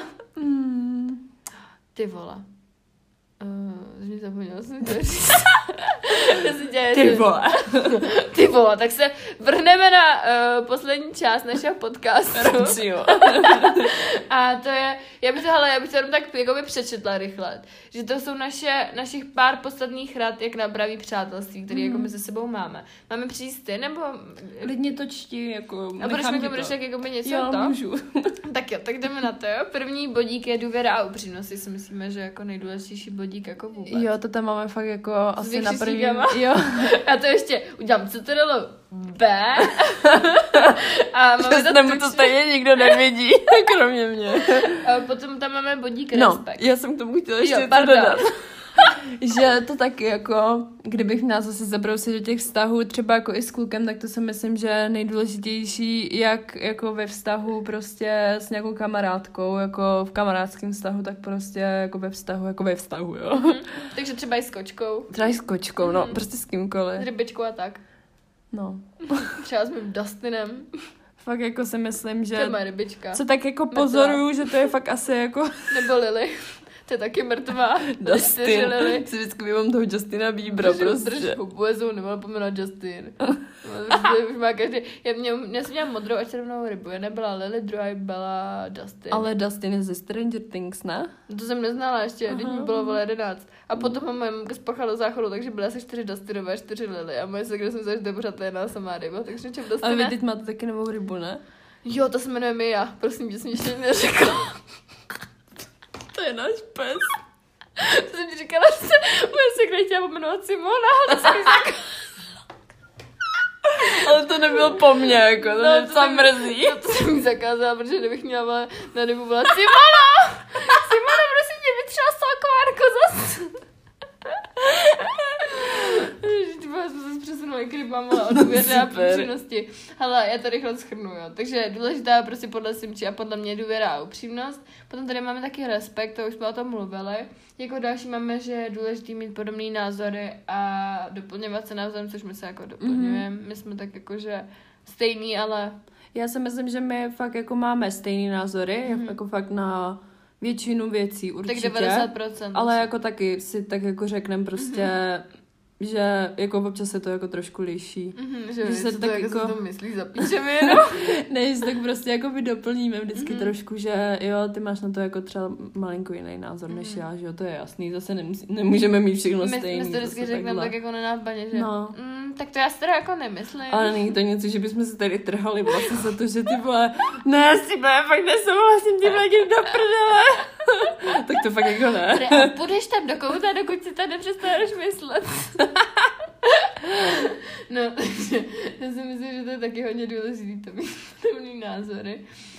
Ty vole. Mě zapomněla jsem to říct. Ty vole, tak se vrhneme na poslední část našeho podcastu. A to je, já bych to jenom tak jako by přečetla rychle, že to jsou našich pár podstatných rad, jak napraví přátelství, které jako my se sebou máme. Máme přijít ty, nebo... Lidně to čti, jako... A budeš mi tomu tak jako by něco jo, to? Můžu. Tak jo, tak jdeme na to, jo. První bodík je důvěra a upřímnost, si myslíme, že jako nejdůležitější bodík jako vůbec. Jo, to tam máme fakt jako asi na první. Jo. A to ještě udělám CTRL B. A máme tam to stejně nikdo nevidí, kromě mě. A potom tam máme bodík respekt. Já jsem k tomu chtěla ještě něco dodat. Že to taky jako, kdybych měla zase zabrousit do těch vztahů, třeba jako i s klukem, tak to si myslím, že je nejdůležitější, jak jako ve vztahu prostě s nějakou kamarádkou, jako v kamarádském vztahu, tak prostě jako ve vztahu, jo. Takže třeba i s kočkou. Třeba i s kočkou, no, prostě s kýmkoliv. S rybičkou a tak. No. Třeba s mým Dustinem. fakt jako si myslím, že... To je moje rybička. Co tak jako pozoruju, že to je fakt asi jako... Nebo Lily. To je taky mrtvá. Dustin. Si vždycky mám toho Justina Biebera prostě. Drž hubu, já jsem ho nemohla pomenovat Justin. Už má každý... Já jsem měla modrou a červenou rybu. Jedna byla Lily, druhá byla Dustin. Ale Dustin je ze Stranger Things, ne? To jsem neznala ještě, když mi bylo vole 11. A potom moje mamka spáchala do záchodu, takže byly asi 4 Dustinové a 4 Lily. A moje segra jsem myslela, že to je pořád jedna samá ryba, takže čem Dustina. Ale vy teď máte taky novou rybu, ne? Jo, to se jmenuje Mia. Prosím tě, jsi mi ještě neřekla. To je náš pes. To jsem ti říkala, že moje segra chtěla pomenovat Simona, ale to jsem mi Ale to nebylo po mně, jako, to mě docela mrzí. To jsem mi zakázala, protože kdybych měla na rybu volat Simona! Simona, prosím tě, vytřásla kvárko zase. Ježiš, jsme se přesunuli k rybám, ale o důvěře a upřímnosti. Hele, já to rychle shrnu, jo. Takže důležitá je prostě podle Simči a podle mě důvěra a upřímnost. Potom tady máme taky respekt, to už jsme o tom mluvili. Jako další máme, že je důležitý mít podobné názory a doplňovat se navzájem, což my se jako doplňujeme. My jsme tak jako, že stejný, ale... Já si myslím, že my fakt jako máme stejný názory, jako fakt na většinu věcí určitě. Tak 90%. Ale jako taky si tak jako řekneme prostě, že jako občas se to jako trošku liší. Že se to tak jako jako... se to myslí, zapíšeme jenom. Ne, tak prostě jako by doplníme vždycky trošku, že jo, ty máš na to jako třeba malinko jiný názor než já, že jo, to je jasný, zase nemůžeme mít všechno stejný. My to vždycky řekneme tak jako nenápadně, že no. Tak to já si teda jako nemyslím. Ale není to něco, že bychom se tady trhali vlastně za to, že ty vole, ne, si fakt nesouhlasím, ty vole, do prdele. Tak to fakt jako ne. A půjdeš tam do kouta, dokud si tam nepřestaneš myslet. No, takže já si myslím, že to je taky hodně důležitý, to mít podobný názory.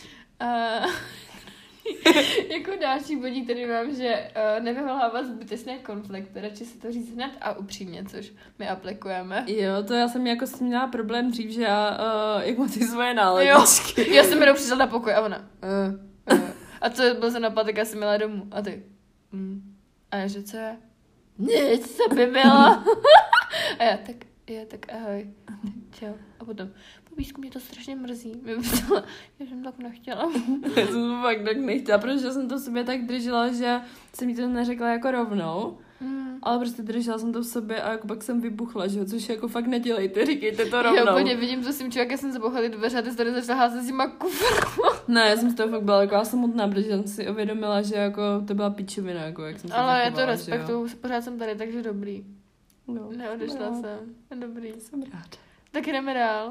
Jako další bodík, který mám, že nevyvolávat zbytečné konflikty, radši si to říct hned a upřímně, což my aplikujeme. Jo, to já jsem jako s tím měla problém dřív, že já jak mám ty svoje nálepky. Já jsem jenom přišla na pokoj a ona a co byl jsem napadl, tak já jsem měla domů. A ty? A já, že co je? Nic, co by bylo. A já, tak ahoj. Tak čau. A potom, po výzku mě to strašně mrzí. Já jsem tak nechtěla. Já jsem to fakt tak nechtěla, protože jsem to v sobě tak držela, že jsem mi to neřekla jako rovnou. Ale prostě držela jsem to v sobě a jako pak jsem vybuchla, že jo, což jako fakt nedělejte, říkejte to rovnou. Já úplně vidím, co s tím člověkem jsem zabochali dveře a ty jsi tady začala házet s těma kuframa. Ne, já jsem z toho fakt byla taková samotná, protože jsem si uvědomila, že jako to byla pičovina, jako jak jsem se ale zachovala, já to respektuju, pořád jsem tady, takže dobrý. No, neodešla jsem. Dobrý. Jsem ráda. Tak jdeme dál.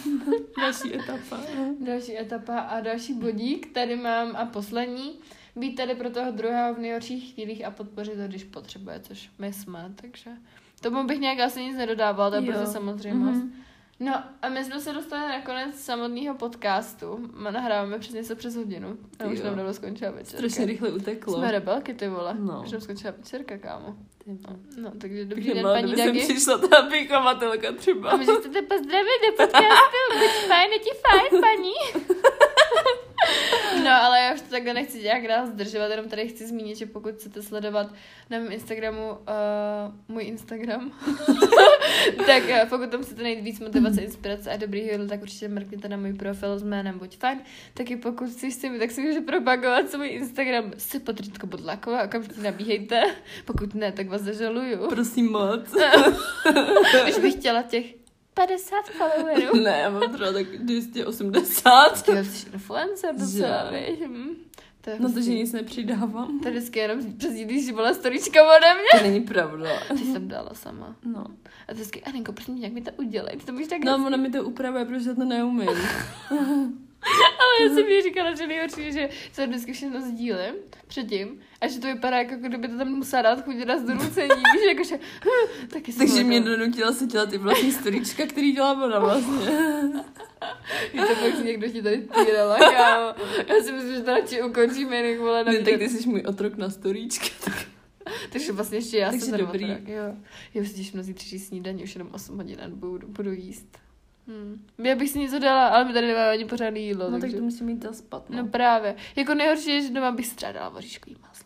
Další etapa a další bodík tady mám a poslední. Být tady pro toho druhého v nejhorších chvílích a podpořit ho, když potřebuje, což my jsme, takže tomu bych nějak asi nic nedodávala, to je prostě samozřejmost. No a my jsme se dostali na konec samotného podcastu. Nahráváme přes něco přes hodinu. A už nám dalo skončila večerka. Strašně rychle uteklo. Jsme rebelky, ty vole. No. Už nám skončila večerka, kámo. No, takže dobrý den, paní Dagi. Jsem přišla ta píkovatelka třeba. A my chcete pozdravit do podcastu. Buď fajn, je ti fajn, paní. No, ale já už to takhle nechci nějak dál zdržovat, jenom tady chci zmínit, že pokud chcete sledovat na mém Instagramu můj Instagram, tak pokud tam chcete najít víc motivace, inspirace a dobrý jídlo, tak určitě mrkněte na můj profil s jménem Buď fajn. Taky pokud chcete mi, tak si můžu propagovat svůj Instagram se Patříčko Bodláková, okamžitě nabíhejte. Pokud ne, tak vás zažaluju. Prosím moc. Už bych chtěla těch 50 followerů. Ne, já mám třeba tak 280. Ty jsi influencer docela, víš. No to, že nic nepřidávám. To vždycky jenom přesídlíš, že byla storíčka ode mě. To není pravda. Ty jsem dala sama. No. A to vždycky, Aninko, prosím tě, jak mi to udělej. To můžeš tak... No, ona mi to upravuje, protože to neumím. Ale já jsem jí říkala, že nejhorší, že se vždycky všechno sdílím předtím a že to vypadá, jako kdyby to tam musela dát chudina z donucení, víš, jakože taky jsem... Takže mě donutila se dělat ty vlastní storíčka, který dělá ona vlastně. Víš, to pak si někdo ti tady týrala, kámo. Já si myslím, že to radši ukončíme, jinak vole na mě. Tak ty jsi můj otrok na storíčka. Takže vlastně ještě já jsem dobrý. Otrok, jo. Já si těším na zítřejší snídaní, už jenom 8 hodin a budu jíst. Já bych si něco dala, ale my tady nemáme ani pořádný jídlo. No takže... tak to musím jít zaspat. No právě. Jako nejhorší je, že doma bych si třeba dala voříškový maslo. Tak víš,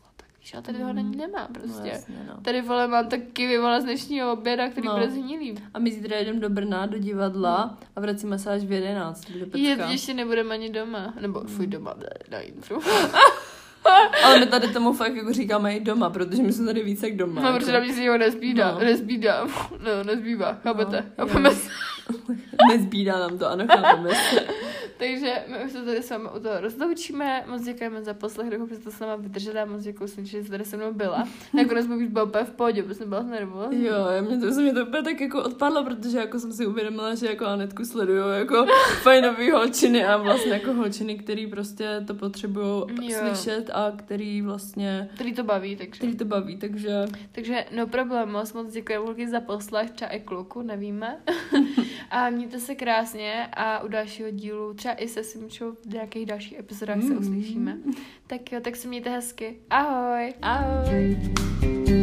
Víš, a tady toho nemá prostě. No, jasně, no. Tady, vole, mám taky z dnešního oběda, který bude zhnilý. A my zítra jedeme do Brna, do divadla a vracíme se až v 11. Ještě nebudeme ani doma. Nebo fuj doma, na intro. Ale my tady tomu fakt jako říkáme i doma, protože my jsme tady víc jak doma. No, protože na mě si ho nezbývá, chápete? Chápeme se. Nezbývá nám to, ano, chápeme se. Takže my už se tady s vámi u toho rozloučíme. Moc děkujeme za poslech, doufám, že jste s náma vydrželi a moc děkuji, že jste tady se mnou byla. Nakonec bych byla úplně v pohodě, protože jsem byla nervózní. Jo, mě to úplně tak jako odpadlo, protože jako jsem si uvědomila, že jako Anetku sleduju jako fajnový holčiny a vlastně jako holčiny, který prostě to potřebují slyšet a který vlastně... Který to baví, takže... Takže no problém, moc děkujeme holky za poslech, třeba i kluku, nevíme. A mějte se krásně a u dalšího dílu, třeba i se Simčou v nějakých dalších epizodách se uslyšíme. Tak jo, tak se mějte hezky. Ahoj! Ahoj!